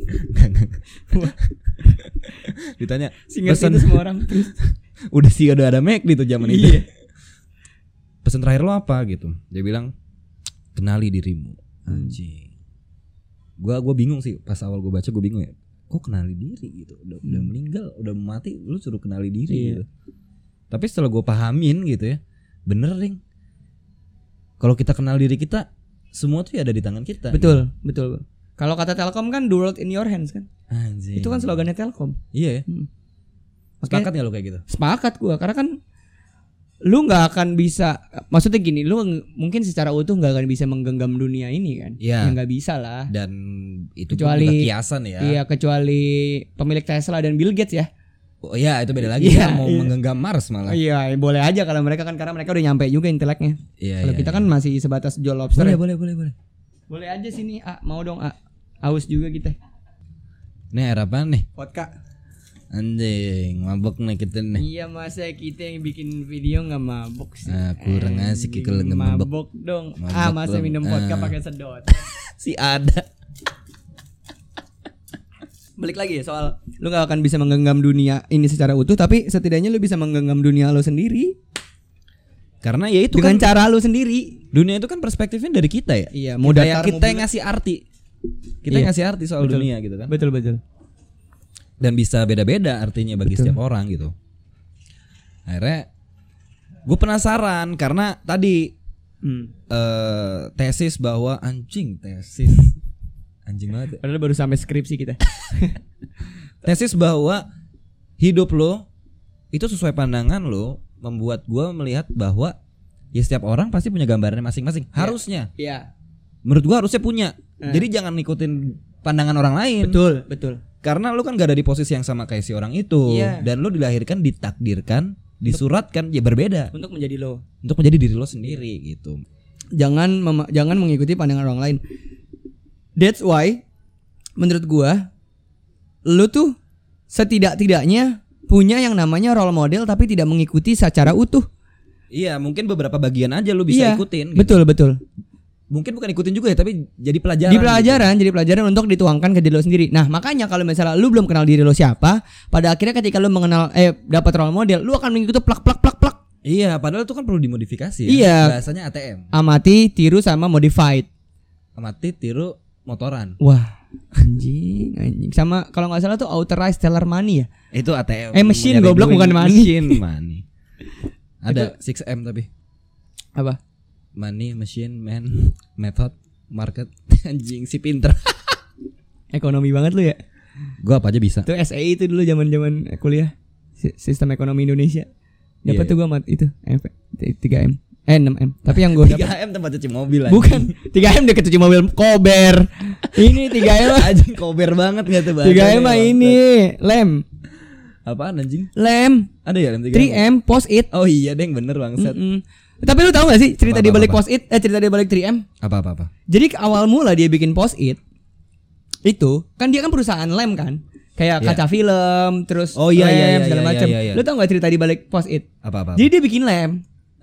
Ditanya singkat pesan itu semua orang. Terus udah sih ada McD tuh zaman itu. iya. Pesan terakhir lo apa gitu? Dia bilang kenali dirimu. Anjing. Gua bingung sih pas awal gue baca, gue bingung ya. Kok kenali diri gitu? Udah meninggal, udah mati, lu suruh kenali diri gitu. Tapi setelah gue pahamin gitu ya, bener Ring. Kalau kita kenal diri kita, semua tuh ya ada di tangan kita. Betul, betul. Kalau kata Telkom kan the world in your hands kan. Anjing. Itu kan slogannya Telkom. Iya ya. Sepakat Makanya- gak lo kayak gitu? Sepakat gua, karena kan lu nggak akan bisa, maksudnya gini, lu mungkin secara utuh nggak akan bisa menggenggam dunia ini kan? Iya. Ya nggak bisa lah. Dan itu Kecuali- pun juga kiasan ya. Iya, kecuali pemilik Tesla dan Bill Gates ya. Oh iya itu beda lagi Iya, ya, mau iya. menggenggam Mars malah. Iya, boleh aja kalau mereka kan, karena mereka udah nyampe juga inteleknya. Iya. Kalau kita kan masih sebatas jual lobster. boleh. Boleh aja sini, mau dong, aus juga kita. Nih air apaan nih? Vodka. Anjing, mabok nih kita nih. Iya, masa kita yang bikin video nggak mabok sih? Kurang asik Anjing, kalau nggak mabok. mabok dong. Mabok Masa dong. minum vodka pakai sedot. Si ada. Balik lagi ya soal lu gak akan bisa menggenggam dunia ini secara utuh, tapi setidaknya lu bisa menggenggam dunia lu sendiri Karena ya itu dengan kan cara lu sendiri. dunia itu kan perspektifnya dari kita ya. Iya, Mau mau datar, kita mau yang bulat. ngasih arti. Kita Iya. yang ngasih arti soal Betul. dunia gitu kan. Betul. Dan bisa beda-beda artinya bagi Betul. setiap orang gitu. Akhirnya gue penasaran karena tadi tesis bahwa anjing banget ya. Padahal baru sampai skripsi kita. Tesis bahwa hidup lo itu sesuai pandangan lo membuat gue melihat bahwa ya setiap orang pasti punya gambarannya masing-masing. Harusnya. Iya. Menurut gue harusnya punya. Jadi jangan ngikutin pandangan orang lain. Betul. Karena lu kan gak ada di posisi yang sama kayak si orang itu. Iya. Dan lu dilahirkan, ditakdirkan, disuratkan ya berbeda Untuk menjadi lo. untuk menjadi diri lo sendiri gitu. Jangan mengikuti pandangan orang lain. That's why menurut gua lu tuh setidak-tidaknya punya yang namanya role model tapi tidak mengikuti secara utuh. Iya, mungkin beberapa bagian aja lu bisa Iya, ikutin gitu. Betul. Mungkin bukan ikutin juga ya, tapi jadi pelajaran. Jadi pelajaran untuk dituangkan ke diri lo sendiri. Nah, makanya kalau misalnya lu belum kenal diri lo siapa, pada akhirnya ketika lu mengenal dapat role model, lu akan mengikuti plak. Iya, padahal itu kan perlu dimodifikasi ya. Iya. Bahasanya ATM. Amati, tiru sama modified. Amati, tiru, motoran. Wah, anjing. Sama kalau nggak salah tuh authorized teller money ya. Itu ATM. Machine, Nyari goblok, duit. bukan money. Machine money. Ada 6M tapi. Apa? Money, machine, man, method, market. Anjing si pinter. Ekonomi banget lu ya. Gua apa aja bisa. Itu SAI itu dulu zaman-zaman kuliah. Sistem Ekonomi Indonesia. Dapat Iya. tuh gua itu 3M. 6M. Tapi yang gua dapat 3M tempat cuci mobil anjing. bukan 3M deket cuci mobil kober. Ini 3M Anjing kober banget enggak tuh bahasanya. 3M mah ini lem. Apaan anjing? Lem. Ada ya lem 3M post it. Oh iya deng bener bangsat. Tapi lu tahu gak sih cerita di Apa? balik post it? Cerita di balik 3M. Apa. Jadi awal mula dia bikin post it itu kan dia kan perusahaan lem kan. Kayak Iya. kaca film, terus Oh, iya, lem iya, segala iya, macam. iya, iya. Lu tau gak cerita di balik post it? Apa. Jadi dia bikin lem,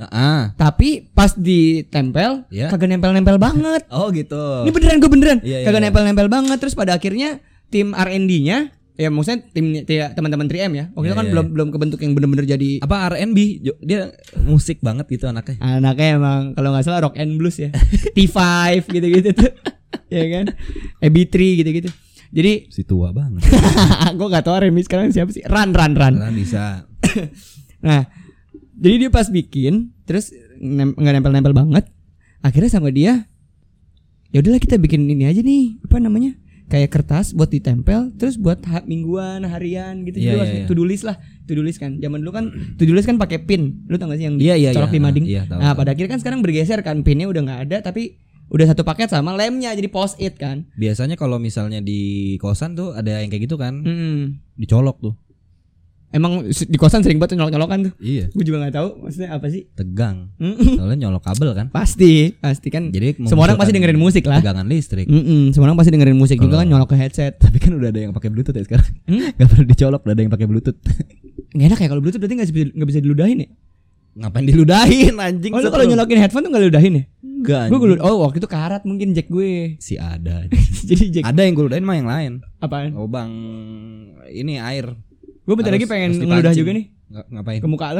tapi pas ditempel Iya. kagak nempel-nempel banget. Oh gitu. Ini beneran gue beneran. Iya, iya, Kagak iya. nempel-nempel banget. Terus pada akhirnya tim R&D-nya, ya maksudnya teman-teman 3M ya. Waktu itu Iya, kan iya. belum kebentuk yang bener-bener jadi. Apa R&B? Dia musik banget gitu anaknya. Anaknya emang kalau nggak salah rock and blues ya. T5 gitu-gitu tuh. Ya kan? B3 gitu-gitu. Jadi Si tua banget. gue gak tau R&B sekarang siapa sih. Run. Kan bisa. Nah, jadi dia pas bikin terus nggak nempel-nempel banget. Akhirnya sama dia, ya udahlah kita bikin ini aja nih, apa namanya? kayak kertas buat ditempel, terus buat mingguan, harian gitu. Iya, Juga iya, iya. to do list lah. To do list kan. Zaman dulu kan to do list kan pakai pin. Lu tau gak sih yang Iya, colok di mading? Iya, tahu, Nah, tahu. pada akhirnya kan sekarang bergeser kan, pinnya udah nggak ada tapi udah satu paket sama lemnya jadi post it kan. Biasanya kalau misalnya di kosan tuh ada yang kayak gitu kan, dicolok tuh. Emang di kosan sering banget nyolok-nyolokan tuh. Iya. Gue juga nggak tahu maksudnya apa sih. Tegang. Mm-mm. Soalnya nyolok kabel kan. Pasti kan. Jadi semua orang pasti dengerin musik lah. Tegangan listrik. Semua orang pasti dengerin musik juga kan, nyolok ke headset. Tapi kan udah ada yang pakai Bluetooth ya sekarang. Gak perlu dicolok, udah ada yang pakai Bluetooth. Nggak enak ya kalau Bluetooth, berarti nggak bisa diludahin ya. Ngapain diludahin anjing? Oh, lu kalau nyolokin headphone tuh nggak ludahin ya? Enggak. Gue waktu itu karat mungkin jack gue. Si ada. Jadi jack Ada yang gue ludahin mah yang lain. apaan? Oh bang, ini air. Gue bentar lagi Harus pengen dipancing. ngeludah juga nih Ngapain? ke muka lo.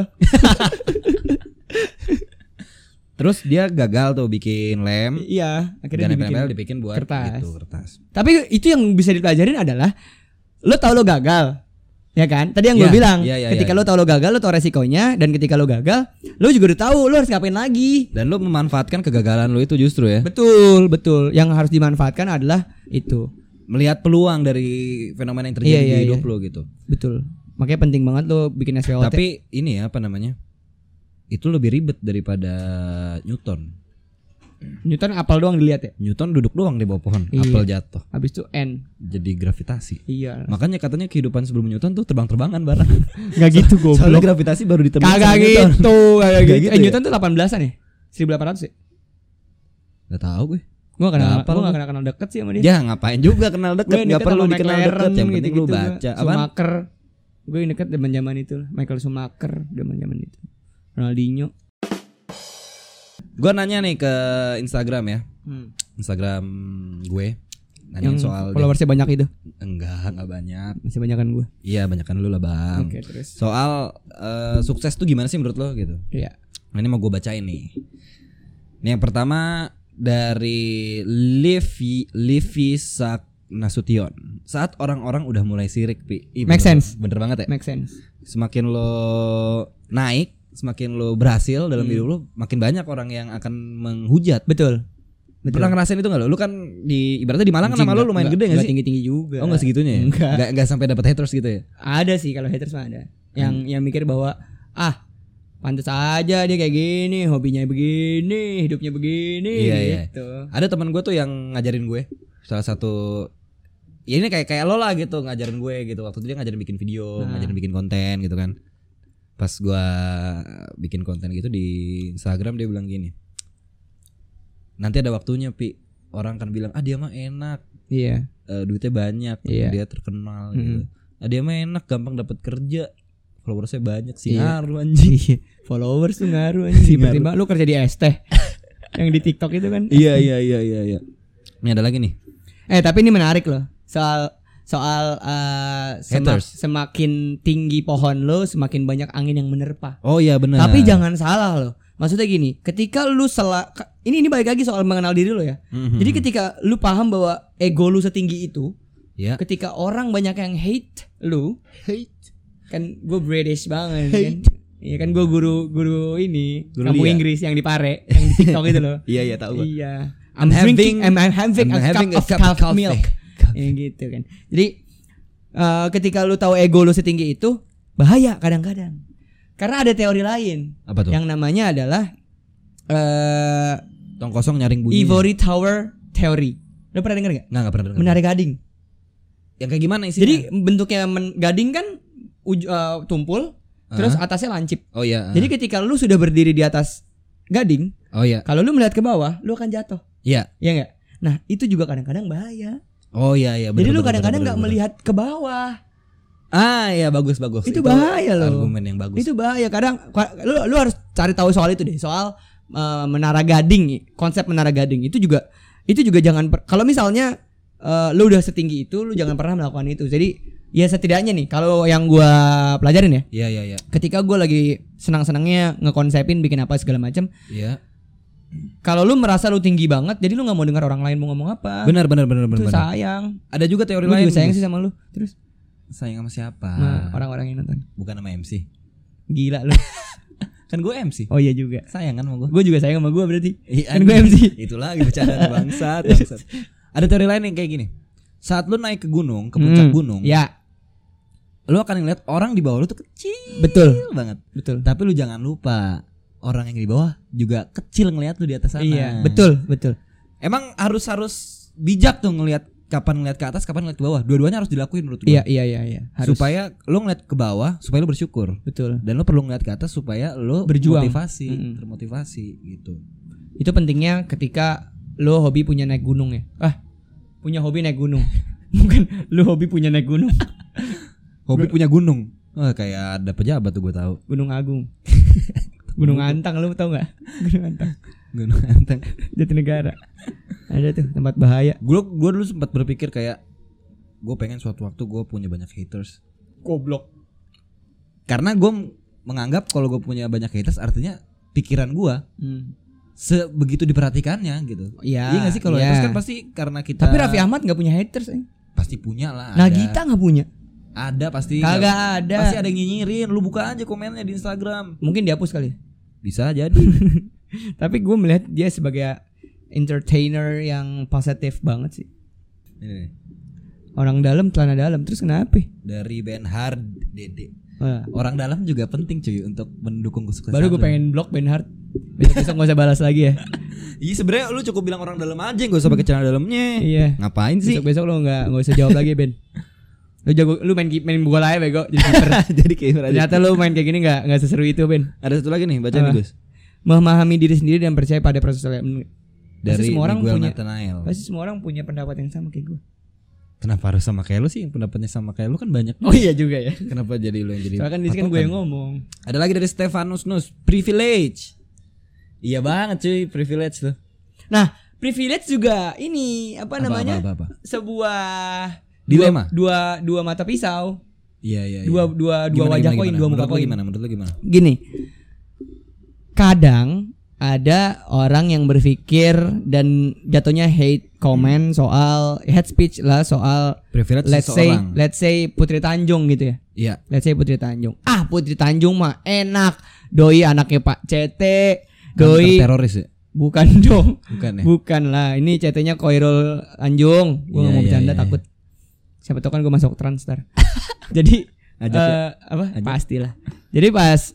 Terus dia gagal tuh bikin lem. Iya, akhirnya Dan dibikin. nempel dibikin buat kertas. gitu, kertas. Tapi itu yang bisa dipelajarin adalah lo tahu lo gagal. Ya kan? Tadi yang gue Iya, bilang, iya, ketika iya. lo tahu lo gagal, lo tahu resikonya, dan ketika lo gagal, lo juga udah tahu lo harus ngapain lagi. Dan lu memanfaatkan kegagalan lu itu justru ya. Betul. Yang harus dimanfaatkan adalah itu. Melihat peluang dari fenomena yang terjadi Iya, di hidup iya. lu gitu. Betul. Makanya penting banget lo bikin SPOT. Tapi ini ya apa namanya? Itu lebih ribet daripada Newton. Newton apel doang dilihat ya. Newton duduk doang di bawah pohon, Iya. apel jatuh, Habis itu N. jadi gravitasi. Iya. Makanya katanya kehidupan sebelum Newton tuh terbang-terbangan barang. Enggak gitu Soalnya goblok. gravitasi baru ditemukan Kagak sama Newton. gitu, kagak Nggak gitu. gitu ya? Newton tuh 18-an ya? 1800 ya? Gak tahu gue. Gua Nggak hafal enggak gua. kenal deket sih sama dia. Ya ngapain juga kenal deket, Gue nggak perlu dikenal deket, yang penting lu baca. Apaan? Schumacher. Gue deket zaman itu lah. Michael Schumacher zaman itu. Ronaldinho. Gue nanya nih ke Instagram ya, Instagram gue, nanya Yang soal followersnya banyak itu. enggak banyak. Masih banyakan gue. Iya banyakan lu lah bang. Oke, terus. Soal sukses tuh gimana sih menurut lo gitu? Iya. Nah, ini mau gue bacain nih. Ini yang pertama dari Livi Nasution. Saat orang-orang udah mulai sirik, Pi. Make sense. Bener banget ya. Make sense. Semakin lo naik, semakin lo berhasil dalam hidup lo, makin banyak orang yang akan menghujat. Betul. Pernah ngerasain itu nggak lo? Lu kan di ibaratnya di Malang kan nama lo lumayan gede nggak sih? Tinggi-tinggi juga. Oh nggak segitunya ya? Nggak sampai dapat haters gitu ya? Ada sih kalau haters mah ada. Yang mikir bahwa pantas aja dia kayak gini, hobinya begini, hidupnya begini Iya. gitu. Ada teman gue tuh yang ngajarin gue, salah satu ya ini kayak lo lah gitu, ngajarin gue gitu. Waktu itu dia ngajarin bikin video, ngajarin bikin konten gitu kan. Pas gue bikin konten gitu di Instagram, dia bilang gini, nanti ada waktunya Pi, orang akan bilang dia mah enak, Iya. duitnya banyak, Iya. dia terkenal gitu. Dia mah enak, gampang dapat kerja, followersnya banyak sih. Iya. Ngaruh anjing. Followers tuh ngaruh anjing. Ngaruh. Tiba-tiba lu kerja di ST yang di TikTok itu kan. Iya. Ini ada lagi nih. Tapi ini menarik loh. Soal Haters. semakin tinggi pohon lo, semakin banyak angin yang menerpa. Oh iya benar. Tapi jangan salah loh. Maksudnya gini, ketika lu ini balik lagi soal mengenal diri lo ya. Jadi ketika lu paham bahwa ego lu setinggi itu, ya. ketika orang banyak yang hate lu, kan gue British banget kan. Iya kan gue guru ini Guru kampung Lia. Inggris yang di Pare, yang di TikTok itu loh. Iya tahu gua. Iya. I'm having a cup of coffee milk. Ya gitu kan. Jadi ketika lu tahu ego lu setinggi itu, bahaya kadang-kadang. Karena ada teori lain. Apa tuh? Yang namanya adalah Tong kosong nyaring bunyi. Ivory Tower Theory. Lu pernah denger gak? Nggak pernah dengar. Menara gading. Yang kayak gimana isinya? Jadi bentuknya gading kan tumpul, terus atasnya lancip. Oh iya. Jadi ketika lu sudah berdiri di atas gading, Oh iya. kalau lu melihat ke bawah, lu akan jatuh. Iya. Iya enggak? Nah, itu juga kadang-kadang bahaya. Oh iya. Jadi lu kadang-kadang enggak melihat ke bawah. Iya bagus. Itu bahaya loh. Argumen yang bagus. Itu bahaya. Kadang lu harus cari tahu soal itu deh, soal menara gading, konsep menara gading. Itu juga jangan kalau misalnya lu udah setinggi itu, lu jangan pernah melakukan itu. Jadi ya setidaknya nih, kalau yang gua pelajarin ya. Iya. Ketika gua lagi senang-senangnya ngekonsepin bikin apa segala macam. Iya. Kalau lu merasa lu tinggi banget, jadi lu nggak mau dengar orang lain mau ngomong apa. Benar. Itu sayang. Ada juga teori Lu lain. juga sayang sih sama lu. Terus sayang sama siapa? nah, orang-orang yang nonton. Bukan sama MC. Gila lu. Kan gue MC. Oh iya juga. Sayang kan sama gue. Gue juga sayang sama gue berarti. Iya, Kan gue MC. Itu lagi bercanda bangsat. Ada teori lain yang kayak gini. Saat lu naik ke gunung, ke puncak gunung, Ya, lu akan ngeliat orang di bawah lu tuh kecil betul. banget. Betul. Tapi lu jangan lupa orang yang di bawah juga kecil ngeliat lu di atas sana. Iya, betul. Emang harus bijak tuh ngeliat kapan ngeliat ke atas, kapan ngeliat ke bawah. Dua-duanya harus dilakuin menurut gue. Iya. Harus. Supaya lu ngeliat ke bawah, supaya lu bersyukur. Betul. Dan lu perlu ngeliat ke atas supaya lu Berjuang. termotivasi gitu. Itu pentingnya ketika lo hobi punya naik gunung ya. Punya hobi naik gunung. Bukan lo hobi punya naik gunung. Hobi punya gunung. Wah, kayak ada pejabat tuh gue tahu. Gunung Agung. Gunung Antang, lo tau nggak? Gunung Antang. Gunung Antang. Jatinegara. Ada tuh tempat bahaya. Gue dulu sempat berpikir kayak gue pengen suatu waktu gue punya banyak haters. Goblok. Karena gue menganggap kalau gue punya banyak haters artinya pikiran gue sebegitu diperhatikannya gitu. Iya gak sih kalau haters kan pasti karena kita. Tapi Raffi Ahmad nggak punya haters. Pasti punya lah. Nagita nggak punya. Ada pasti. Kagak ada. Pasti ada yang nyinyirin. Lu buka aja komennya di Instagram. Mungkin dihapus kali. Bisa jadi. Tapi gue melihat dia sebagai entertainer yang positif banget sih. Ini. Orang dalam celana dalam. Terus kenapa? Dari Benhard Dede. Wah. Orang dalam juga penting cuy untuk mendukung kesuksesan. Baru gue pengen blok Benhard. Besok gak usah balas lagi ya. Iya sebenarnya lu cukup bilang orang dalam aja, gak usah pakai celana dalamnya. Iya. Ngapain sih? Besok lo gak usah jawab lagi Ben. Lu jago, lu main bola aja bego jadi kiper. Jadi kiper aja. Ternyata lu main kayak gini gak seseru itu Ben. Ada satu lagi nih, bacain nih Gus. Memahami diri sendiri dan percaya pada proses Dari semua orang Miguel punya. Nathanael. Pasti semua orang punya pendapat yang sama kayak gue. Kenapa harus sama kayak lu sih? Yang pendapatnya sama kayak lu kan banyak. Oh iya juga ya. Kenapa jadi lu yang jadi? Soalnya kan di sini kan gue yang ngomong. Ada lagi dari Stefanus Nus, privilege. Iya banget cuy, privilege tuh. Nah, privilege juga ini apa namanya? Apa? Sebuah dilema. Dua mata pisau. Iya. Dua wajah koin, dua muka koin. Menurut lu gimana? Gini. Kadang ada orang yang berpikir dan jatuhnya hate comment soal hate speech lah soal privilege let's say Putri Tanjung gitu ya. Iya. Let's say Putri Tanjung. Putri Tanjung mah enak. Doi anaknya Pak CT. Doi teroris ya? Bukan dong. Bukan ya? Bukan lah. Ini CT-nya Koirul Tanjung. Gue gak mau bercanda takut. Siapa tahu kan gue masuk Transtar. Jadi pastilah. Jadi pas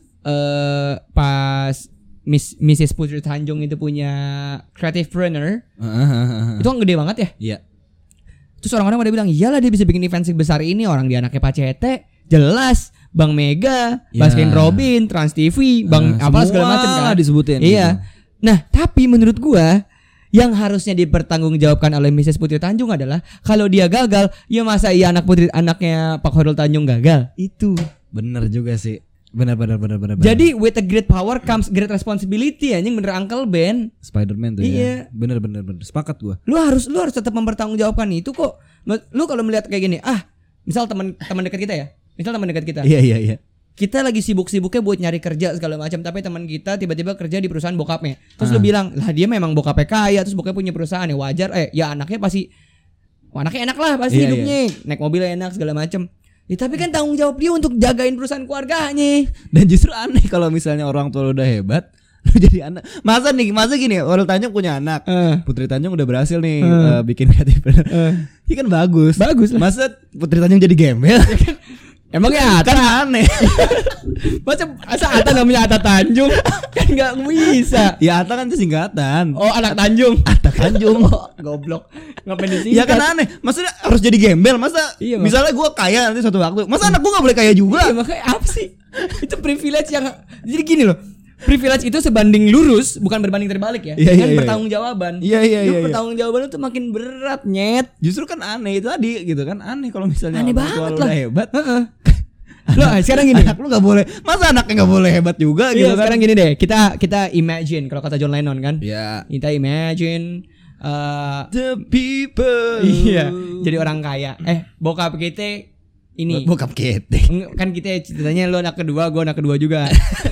Mrs. Putri Tanjung itu punya creative planner, itu kan gede banget ya. Iya. Terus orang-orang pada bilang, iyalah dia bisa bikin event sebesar ini, orang dia anaknya Pak CT, jelas. Bang Mega, Baskin Robin, Trans TV, Bang apa segala macam kan disebutin. Iya. Gitu. Nah, tapi menurut gua yang harusnya dipertanggungjawabkan oleh Mrs. Putri Tanjung adalah kalau dia gagal, ya masa iya anaknya Pak Khairul Tanjung gagal? Itu. Bener juga sih. Benar. Jadi with a great power comes great responsibility, anjing bener Uncle Ben. Spider-Man tuh iya. Ya. Bener. Sepakat gua. Lu harus tetap mempertanggungjawabkan itu kok. Lu kalau melihat kayak gini, misal teman dekat kita ya. Iya. Kita lagi sibuk-sibuknya buat nyari kerja segala macam, tapi teman kita tiba-tiba kerja di perusahaan bokapnya. Terus lu bilang, "Lah dia memang bokapnya kaya, terus bokapnya punya perusahaan ya wajar. Ya anaknya pasti anaknya enak lah pasti hidupnya. Naik mobil enak segala macam." Ya, tapi kan tanggung jawab dia untuk jagain perusahaan keluarganya. Dan justru aneh kalau misalnya orang tua lu udah hebat, lu jadi anak. Masa gini, Khairul Tanjung punya anak. Putri Tanjung udah berhasil nih bikin kreatif. Ini kan bagus lah. Masa Putri Tanjung jadi gembel? Emangnya Atta kan aneh. Masa Atta namanya Atta Tanjung? Kan gak bisa. Ya Atta kan itu singkatan. Oh anak Tanjung. Atta Tanjung. Goblok. Ngapain disingkat? Ya kan aneh. Maksudnya harus jadi gembel. Masa misalnya gue kaya nanti suatu waktu, masa anak gue gak boleh kaya juga? Iya makanya apa sih? Itu privilege yang. Jadi gini loh, privilege itu sebanding lurus, bukan berbanding terbalik ya. Dengan pertanggungjawaban. Iya. Pertanggungjawaban itu makin berat, nyet. Justru kan aneh itu tadi gitu kan. Aneh kalau misalnya aneh orang tua lu udah hebat. Loh, sekarang gini. Anak lu gak boleh. Masa anaknya gak boleh hebat juga gitu kan. Sekarang gini deh. Kita imagine kalau kata John Lennon kan. Iya. Kita imagine the people. Iya. Jadi orang kaya. Bokap kita ini. Bokap kita. Kan kita ceritanya lu anak kedua, gue anak kedua juga.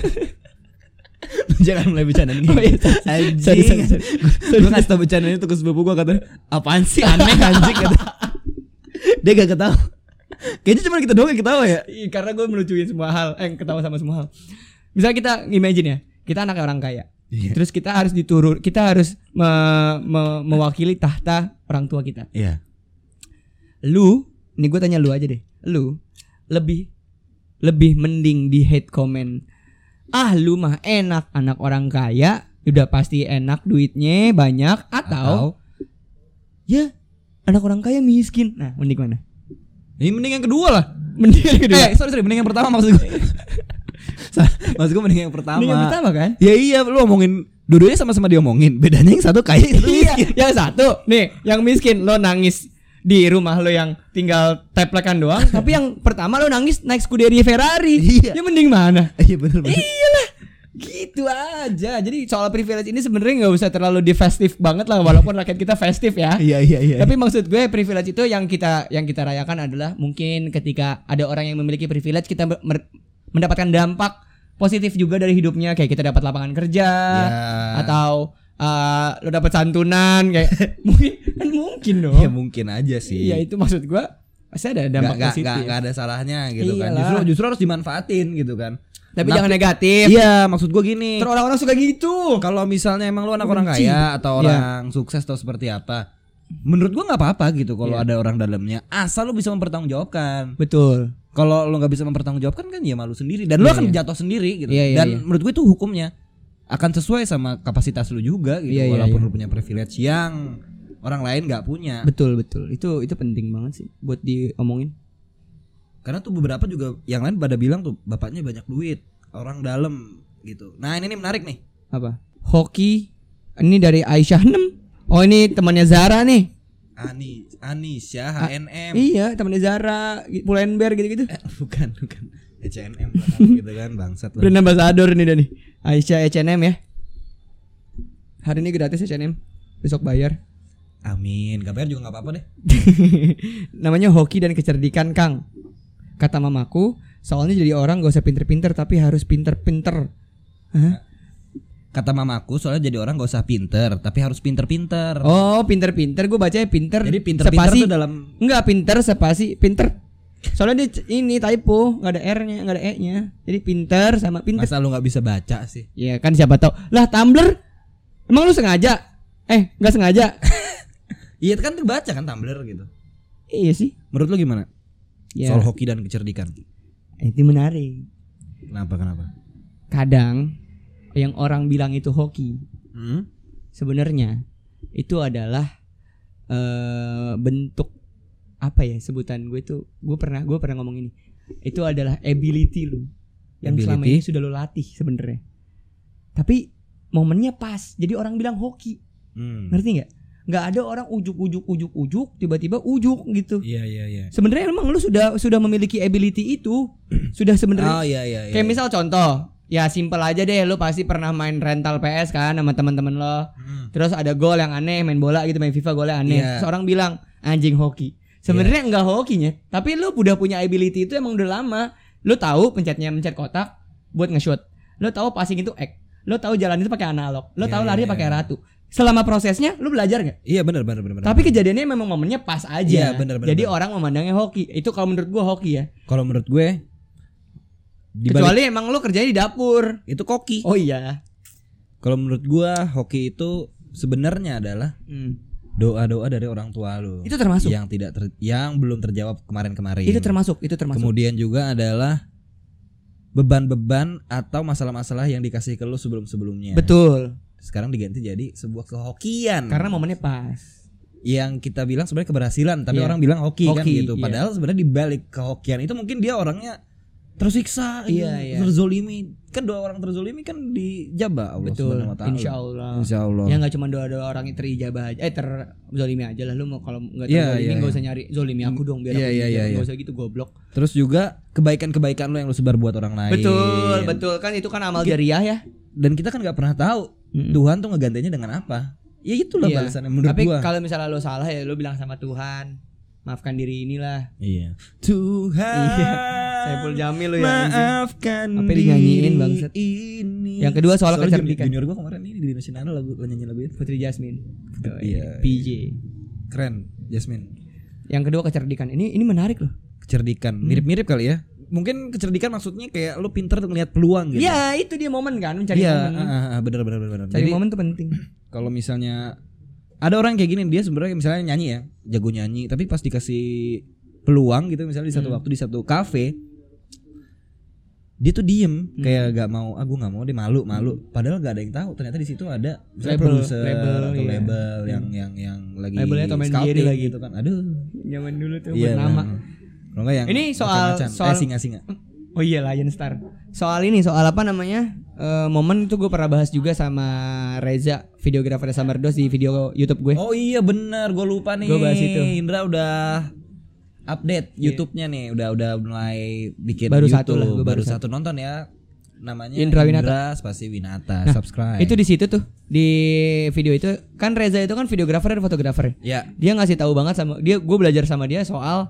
Jangan mulai bercanda nih. Sorry. Gue ngasih tau bercanda itu ke sepupu gue, kata apaan sih aneh anjing kata. Dia gak ketawa. Kayaknya cuma kita doang yang ketawa ya. Karena gue melucuin semua hal, ketawa sama semua hal. Misalnya kita imagine ya, kita anak orang kaya. Terus kita harus kita harus mewakili tahta orang tua kita. Iya. Lu, ini gue tanya lu aja deh. Lu lebih mending di hate comment. Ah, lu mah enak, anak orang kaya, udah pasti enak duitnya banyak, atau ya anak orang kaya miskin. Nah, mending mana? Ini mending yang kedua lah. Mending yang kedua. Sorry, mending yang pertama maksud gue. Maksud gue mending yang pertama. Mending yang pertama kan? Ya iya, lu ngomongin dua-duanya sama-sama diomongin. Bedanya yang satu kaya, yang satu miskin. Yang satu, nih, yang miskin lo nangis di rumah lo yang tinggal teplekan doang, tapi yang pertama lo nangis naik Scuderia Ferrari. Iya. Ya mending mana? Iya benar. Iyalah, gitu aja. Jadi soal privilege ini sebenarnya nggak usah terlalu di festif banget lah, walaupun rakyat kita festif ya. Iya. Tapi maksud gue privilege itu yang kita rayakan adalah mungkin ketika ada orang yang memiliki privilege, kita mendapatkan dampak positif juga dari hidupnya, kayak kita dapat lapangan kerja atau lo dapat santunan kayak mungkin dong. Ya mungkin aja sih. Iya, itu maksud gue pasti ada dampak positif. Gak ada salahnya gitu Iyalah. kan. Justru harus dimanfaatin gitu kan. Tapi jangan negatif. Iya, maksud gue gini. Terus orang-orang suka gitu. Kalau misalnya emang lu anak orang kaya atau orang sukses atau seperti apa, menurut gue nggak apa-apa gitu kalau ada orang dalamnya, asal lu bisa mempertanggungjawabkan. Betul. Kalau lu nggak bisa mempertanggungjawabkan kan ya malu sendiri dan lu akan jatuh sendiri gitu. Dan menurut gue itu hukumnya akan sesuai sama kapasitas lu juga gitu, walaupun lu punya privilege yang orang lain nggak punya. Betul. Itu penting banget sih buat diomongin. Karena tuh beberapa juga yang lain pada bilang tuh bapaknya banyak duit, orang dalam gitu. Nah ini menarik nih. Apa? Hoki. Ini dari Aisyah 6. Oh ini temannya Zara nih. Anisha H&M. Iya temannya Zara, Pull&Bear gitu-gitu. Bukan H&M gitu kan, bangsat lu. Brand ambassador nih Dani. Aisyah H&M ya. Hari ini gratis H&M, besok bayar. Amin, gak bayar juga gak apa-apa deh. Namanya hoki dan kecerdikan Kang. Kata mamaku, soalnya jadi orang gak usah pinter-pinter tapi harus pinter-pinter. Hah? Kata mamaku soalnya jadi orang gak usah pinter tapi harus pinter-pinter. Oh pinter-pinter, gue bacanya pinter. Jadi pinter-pinter spasi, tuh dalam. Enggak pinter spasi pinter. Soalnya dia ini typo, nggak ada R-nya, nggak ada E-nya. Jadi pinter sama pinter. Masa lu nggak bisa baca sih? Iya kan siapa tahu. Lah Tumblr, emang lu sengaja? Nggak sengaja. Iya kan terbaca kan Tumblr gitu. Iya sih. Menurut lu gimana? Ya. Soal hoki dan kecerdikan. Itu menarik. Kenapa? Kadang yang orang bilang itu hoki, sebenarnya itu adalah bentuk apa ya sebutan gue tuh. Gue pernah ngomong ini. Itu adalah ability lu yang selama ini sudah lu latih sebenarnya. Tapi momennya pas. Jadi orang bilang hoki. Ngerti nggak? Nggak ada orang ujuk tiba-tiba ujuk gitu. Iya. Sebenarnya emang lu sudah memiliki ability itu. Sudah sebenarnya. Oh iya. Kayak misal contoh, ya simple aja deh, lu pasti pernah main rental PS kan sama teman-teman lo. Terus ada gol yang aneh, main bola gitu, main FIFA golnya aneh. Terus orang bilang anjing hoki. Sebenarnya enggak hokinya, tapi lu udah punya ability itu emang udah lama. Lu tahu pencet kotak buat nge-shoot. Lu tahu passing itu X. Lu tahu jalan itu pakai analog. Lu tahu lari pakai ratu. Selama prosesnya lu belajar enggak? Iya benar. Tapi kejadiannya memang momennya pas aja. Iya, bener. Jadi orang memandangnya hoki. Itu kalau menurut gua hoki ya. Kalau menurut gue kecuali emang lu kerjanya di dapur. Itu koki. Oh iya. Kalau menurut gue hoki itu sebenarnya adalah doa-doa dari orang tua lu. Itu termasuk yang belum terjawab kemarin-kemarin. Itu termasuk. Kemudian juga adalah beban-beban atau masalah-masalah yang dikasih ke lu sebelum-sebelumnya. Betul. Sekarang diganti jadi sebuah kehokian. Karena momennya pas. Yang kita bilang sebenarnya keberhasilan, tapi orang bilang hoki kan gitu. Padahal sebenarnya di balik kehokian itu mungkin dia orangnya tersiksa, terzolimi. Kan doa orang terzolimi kan dijabah Allah Subhanahu wa taala. Insyaallah. Ya enggak cuma doa-doa orang yang terijabah aja. Terzolimi aja lah. Lu mau kalau enggak terzolimi enggak usah nyari zolimi aku dong biar aku enggak usah gitu goblok. Terus juga kebaikan-kebaikan lu yang lu sebar buat orang lain. Betul kan itu kan amal jariah ya. Dan kita kan enggak pernah tahu Tuhan tuh ngegantinya dengan apa. Ya itulah balasannya menurut gua. Tapi kalau misalnya lu salah ya lu bilang sama Tuhan, maafkan diri inilah. Iya. Tuhan. Saiful Jamil lu ya. Maafkan apa dinyanyiin bangsat. Yang kedua soal kecerdikan. Junior gua kemarin ini di Nasional lagu nyanyi lagu itu Putri Jasmine. Iya. PJ. Keren, Jasmine. Yang kedua kecerdikan. Ini menarik loh. Kecerdikan. Mirip-mirip kali ya. Mungkin kecerdikan maksudnya kayak lu pintar untuk ngeliat peluang gitu. Iya, itu dia momen kan, mencari momen. Iya, benar. Cari momen tuh penting. Kalau misalnya Ada orang kayak gini, dia sebenarnya misalnya nyanyi ya, jago nyanyi, tapi pas dikasih peluang gitu misalnya di satu waktu di satu kafe, dia tuh diem kayak gak mau, gue gak mau, dia malu padahal gak ada yang tahu ternyata di situ ada misalnya produser atau label yang lagi labelnya Tom and Jerry lagi gitu kan. Aduh, zaman dulu tuh iya, bernama. Kalau enggak yang Ini soal singa. Oh iya, Lion Star. Soal apa namanya? Momen itu gue pernah bahas juga sama Reza, videografer Summer Dose di video YouTube gue. Oh iya benar, gue lupa nih. Gue bahas itu. Indra udah update YouTube-nya nih, udah mulai bikin baru YouTube. baru satu nonton ya. Namanya Indra Winata. Spasi Winata. Nah, subscribe. Itu di situ tuh di video itu kan Reza itu kan videografer dan fotografer. Ya. Dia ngasih tahu banget sama dia, gue belajar sama dia soal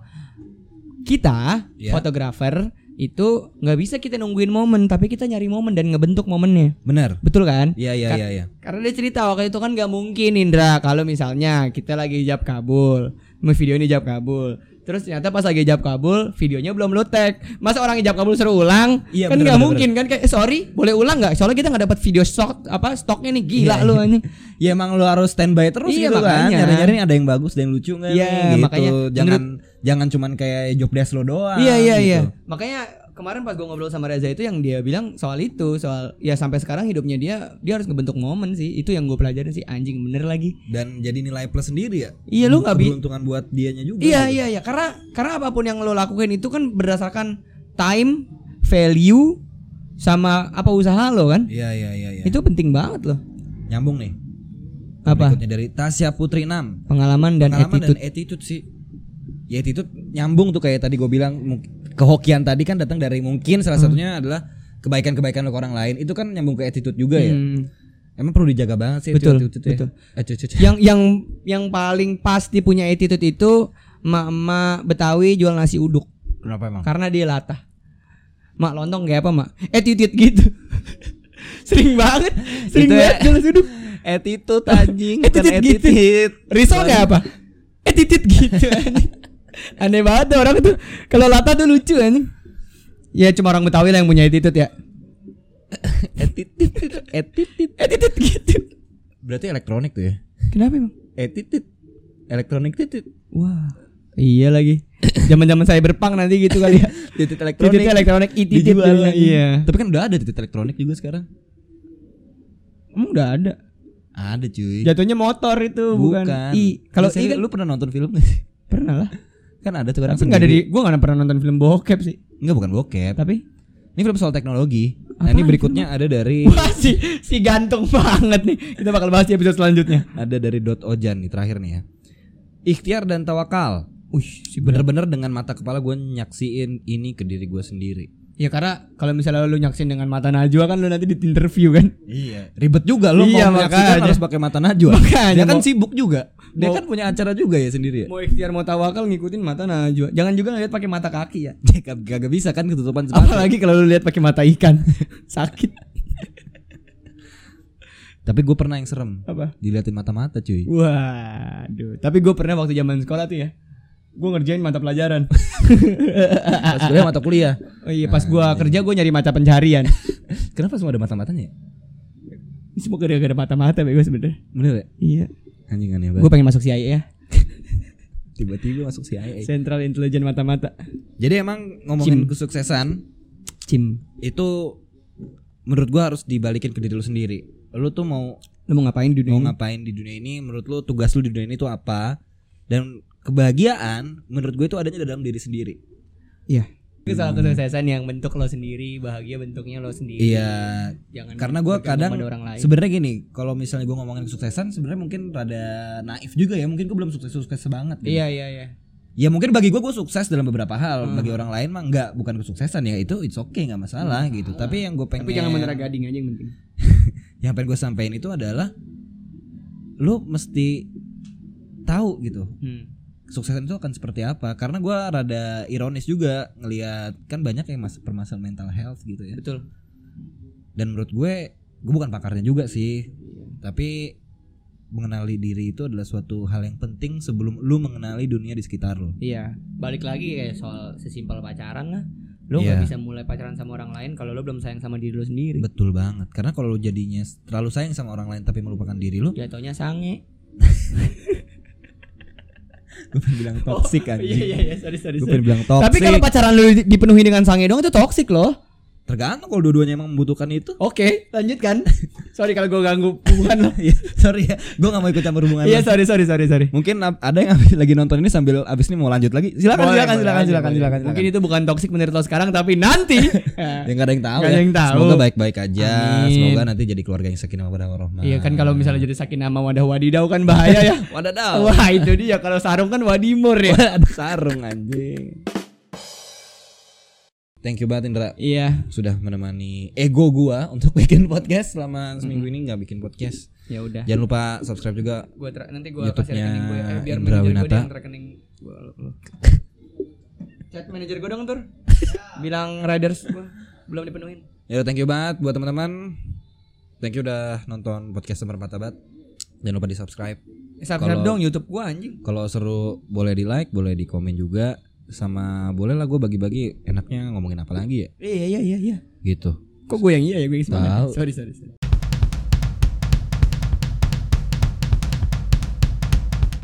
kita fotografer itu nggak bisa kita nungguin momen, tapi kita nyari momen dan ngebentuk momennya. Benar. Betul kan? Iya. Karena dia cerita waktu itu kan nggak mungkin Indra kalau misalnya kita lagi ijab kabul, video ini ijab kabul. Terus ternyata pas lagi ijab kabul, videonya belum lo tag. Masa orang ijab kabul suruh ulang? Iya, Kan nggak mungkin kan? Kayak sorry, boleh ulang nggak? Soalnya kita nggak dapat video stoknya nih, gila lu ini. Ya emang lu harus standby terus Iya, gitu kan. makanya. Nyari-nyari ada yang bagus, ada yang lucu enggak Iya, nih gitu. makanya Jangan cuman kayak job desk lo doang. Iya. Gitu. Makanya kemarin pas gue ngobrol sama Reza itu yang dia bilang soal ya sampai sekarang hidupnya dia harus ngebentuk momen sih. Itu yang gue pelajarin sih, anjing bener lagi. Dan jadi nilai plus sendiri ya. Iya, lu nggak keberuntungan buat dianya juga. Iya. Karena apapun yang lo lakukan itu kan berdasarkan time, value, sama apa usaha lo kan. Iya. Itu penting banget loh. Nyambung nih. Apa? Berikutnya dari Tasya Putri 6. Pengalaman dan attitude sih. Ya attitude nyambung tuh kayak tadi gue bilang, kehokian tadi kan datang dari mungkin salah satunya adalah kebaikan-kebaikan lo ke orang lain. Itu kan nyambung ke attitude juga ya. Emang perlu dijaga banget sih betul. ya. Yang paling pasti punya attitude itu emak Betawi jual nasi uduk. Kenapa emang? Karena dia latah. Mak lontong kayak apa mak? Attitude gitu. Sering banget jual nasi uduk. Attitude anjing. Attitude gitu. Risau kayak apa? Attitude gitu anjing. Aneh banget orang tuh. Kalau latah tuh lucu anjing. Ya cuma orang Betawi lah yang punya attitude ya. Attitude gitu. Berarti elektronik tuh ya. Kenapa emang? Attitude. Elektronik titit. Wah. Iya lagi. Zaman-zaman cyberpunk nanti gitu kali ya. Titit elektronik dijual. Iya. Tapi kan udah ada titit elektronik juga sekarang. Emang udah ada. Ada cuy. Jatuhnya motor itu bukan. Kalau kan lu pernah nonton film gak sih? Pernah lah. Kan ada tuh kan. Tapi enggak gua enggak pernah nonton film bokep sih. Enggak, bukan bokep. Tapi ini film soal teknologi. Nah, ini berikutnya ada dari si gantung banget nih. Kita bakal bahas di episode selanjutnya. Ada dari Ojan nih terakhir nih ya. Ikhtiar dan tawakal. Bener-bener dengan mata kepala gue nyaksiin ini ke diri gue sendiri. Ya karena kalau misalnya lu nyaksin dengan mata najwa kan lu nanti di interview kan. Iya. Ribet juga lu iya, mau menyaksikan harus pakai mata najwa. Dia kan sibuk juga. Dia kan punya acara juga ya sendiri ya. Mau ikhtiar mau tawakal ngikutin mata najwa. Jangan juga ngeliat pakai mata kaki ya. Kagak bisa kan ketutupan sepatu. Apalagi kalau lu lihat pakai mata ikan. Sakit. Tapi gue pernah yang serem. Apa? Diliatin mata-mata cuy. Waduh. Tapi gue pernah waktu zaman sekolah tuh ya. Gue ngerjain mata pelajaran. Pas kuliah mata kuliah. Oh iya, pas gue kerja gue nyari mata pencarian. Kenapa semua ada mata-matanya? Ini semua gara-gara mata-mata bego sebenernya. Bener ya? Iya. Anjing-anjing banget. Gue pengen masuk CIA ya. Tiba-tiba masuk CIA. Central Intelligence mata-mata. Jadi emang ngomongin kesuksesan itu menurut gue harus dibalikin ke diri lu sendiri. Lu tuh mau ngapain di dunia ini? Ngapain di dunia ini? Menurut lu tugas lu di dunia ini tuh apa? Dan kebahagiaan menurut gue itu adanya dalam diri sendiri. Iya. Itu salah satu kesuksesan yang bentuk lo sendiri, bahagia bentuknya lo sendiri. Iya. Jangan karena gue kadang sebenarnya gini, kalau misalnya gue ngomongin kesuksesan sebenarnya mungkin rada naif juga ya. Mungkin gue belum sukses banget. Gitu. Iya. Ya mungkin bagi gue sukses dalam beberapa hal. Bagi orang lain mah enggak, bukan kesuksesan ya. Itu it's okay, enggak masalah gitu. Tapi yang gue pengen, tapi jangan menera gading aja yang penting. Yang pengen gue sampein itu adalah lu mesti tahu gitu. Kesuksesan itu akan seperti apa? Karena gue rada ironis juga ngelihat kan banyak yang permasalahan mental health gitu ya. Betul. Dan menurut gue bukan pakarnya juga sih. Tapi mengenali diri itu adalah suatu hal yang penting sebelum lu mengenali dunia di sekitar lu. Iya. Balik lagi kayak soal sesimpel pacaran lah. Lu nggak bisa mulai pacaran sama orang lain kalau lu belum sayang sama diri lu sendiri. Betul banget. Karena kalau lu jadinya terlalu sayang sama orang lain tapi melupakan diri lu, jatuhnya sange. Gue pengen bilang toxic anjing. Iya, sorry. Gue pengen bilang toxic. Tapi kalau pacaran lu dipenuhi dengan sange doang itu toxic loh. Tergantung kalau dua-duanya emang membutuhkan itu. Oke, lanjutkan. Sorry kalau gue ganggu hubungan lo. Iya, sorry ya. Gue gak mau ikut campur hubungan. Iya, lo. sorry. Mungkin ada yang lagi nonton ini sambil abis ini mau lanjut lagi. Silakan. Mungkin itu bukan toxic menurut lo sekarang tapi nanti Ya gak ada yang tahu. Nggak ada yang tahu. Semoga baik-baik aja. Amin. Semoga nanti jadi keluarga yang sakinah mawaddah warahmah. Iya kan kalau misalnya jadi sakinah wadah wadidau kan bahaya ya. Wadadaw. Wah, itu dia kalau sarung kan wadimur ya. Ada sarung anjing. Thank you banget Indra. Iya. Sudah menemani ego gua untuk bikin podcast selama seminggu ini nggak bikin podcast. Ya udah. Jangan lupa subscribe juga. Nanti gua YouTube-nya kasih rekening gue biar Indra manajer gue Winata. yang rekening gua lo. Chat manajer gue dong Tur. Bilang riders gua belum dipenuhin. Ya thank you banget buat teman-teman. Thank you udah nonton podcast Sepermata Bat. Jangan lupa di subscribe. Subscribe dong YouTube gua anjing. Kalau seru boleh di like, boleh di komen juga. Sama boleh lah gue bagi-bagi enaknya ngomongin apa lagi ya. Iya. Gitu. Kok gue yang iya ya gue yang semangat. Tahu. Sorry.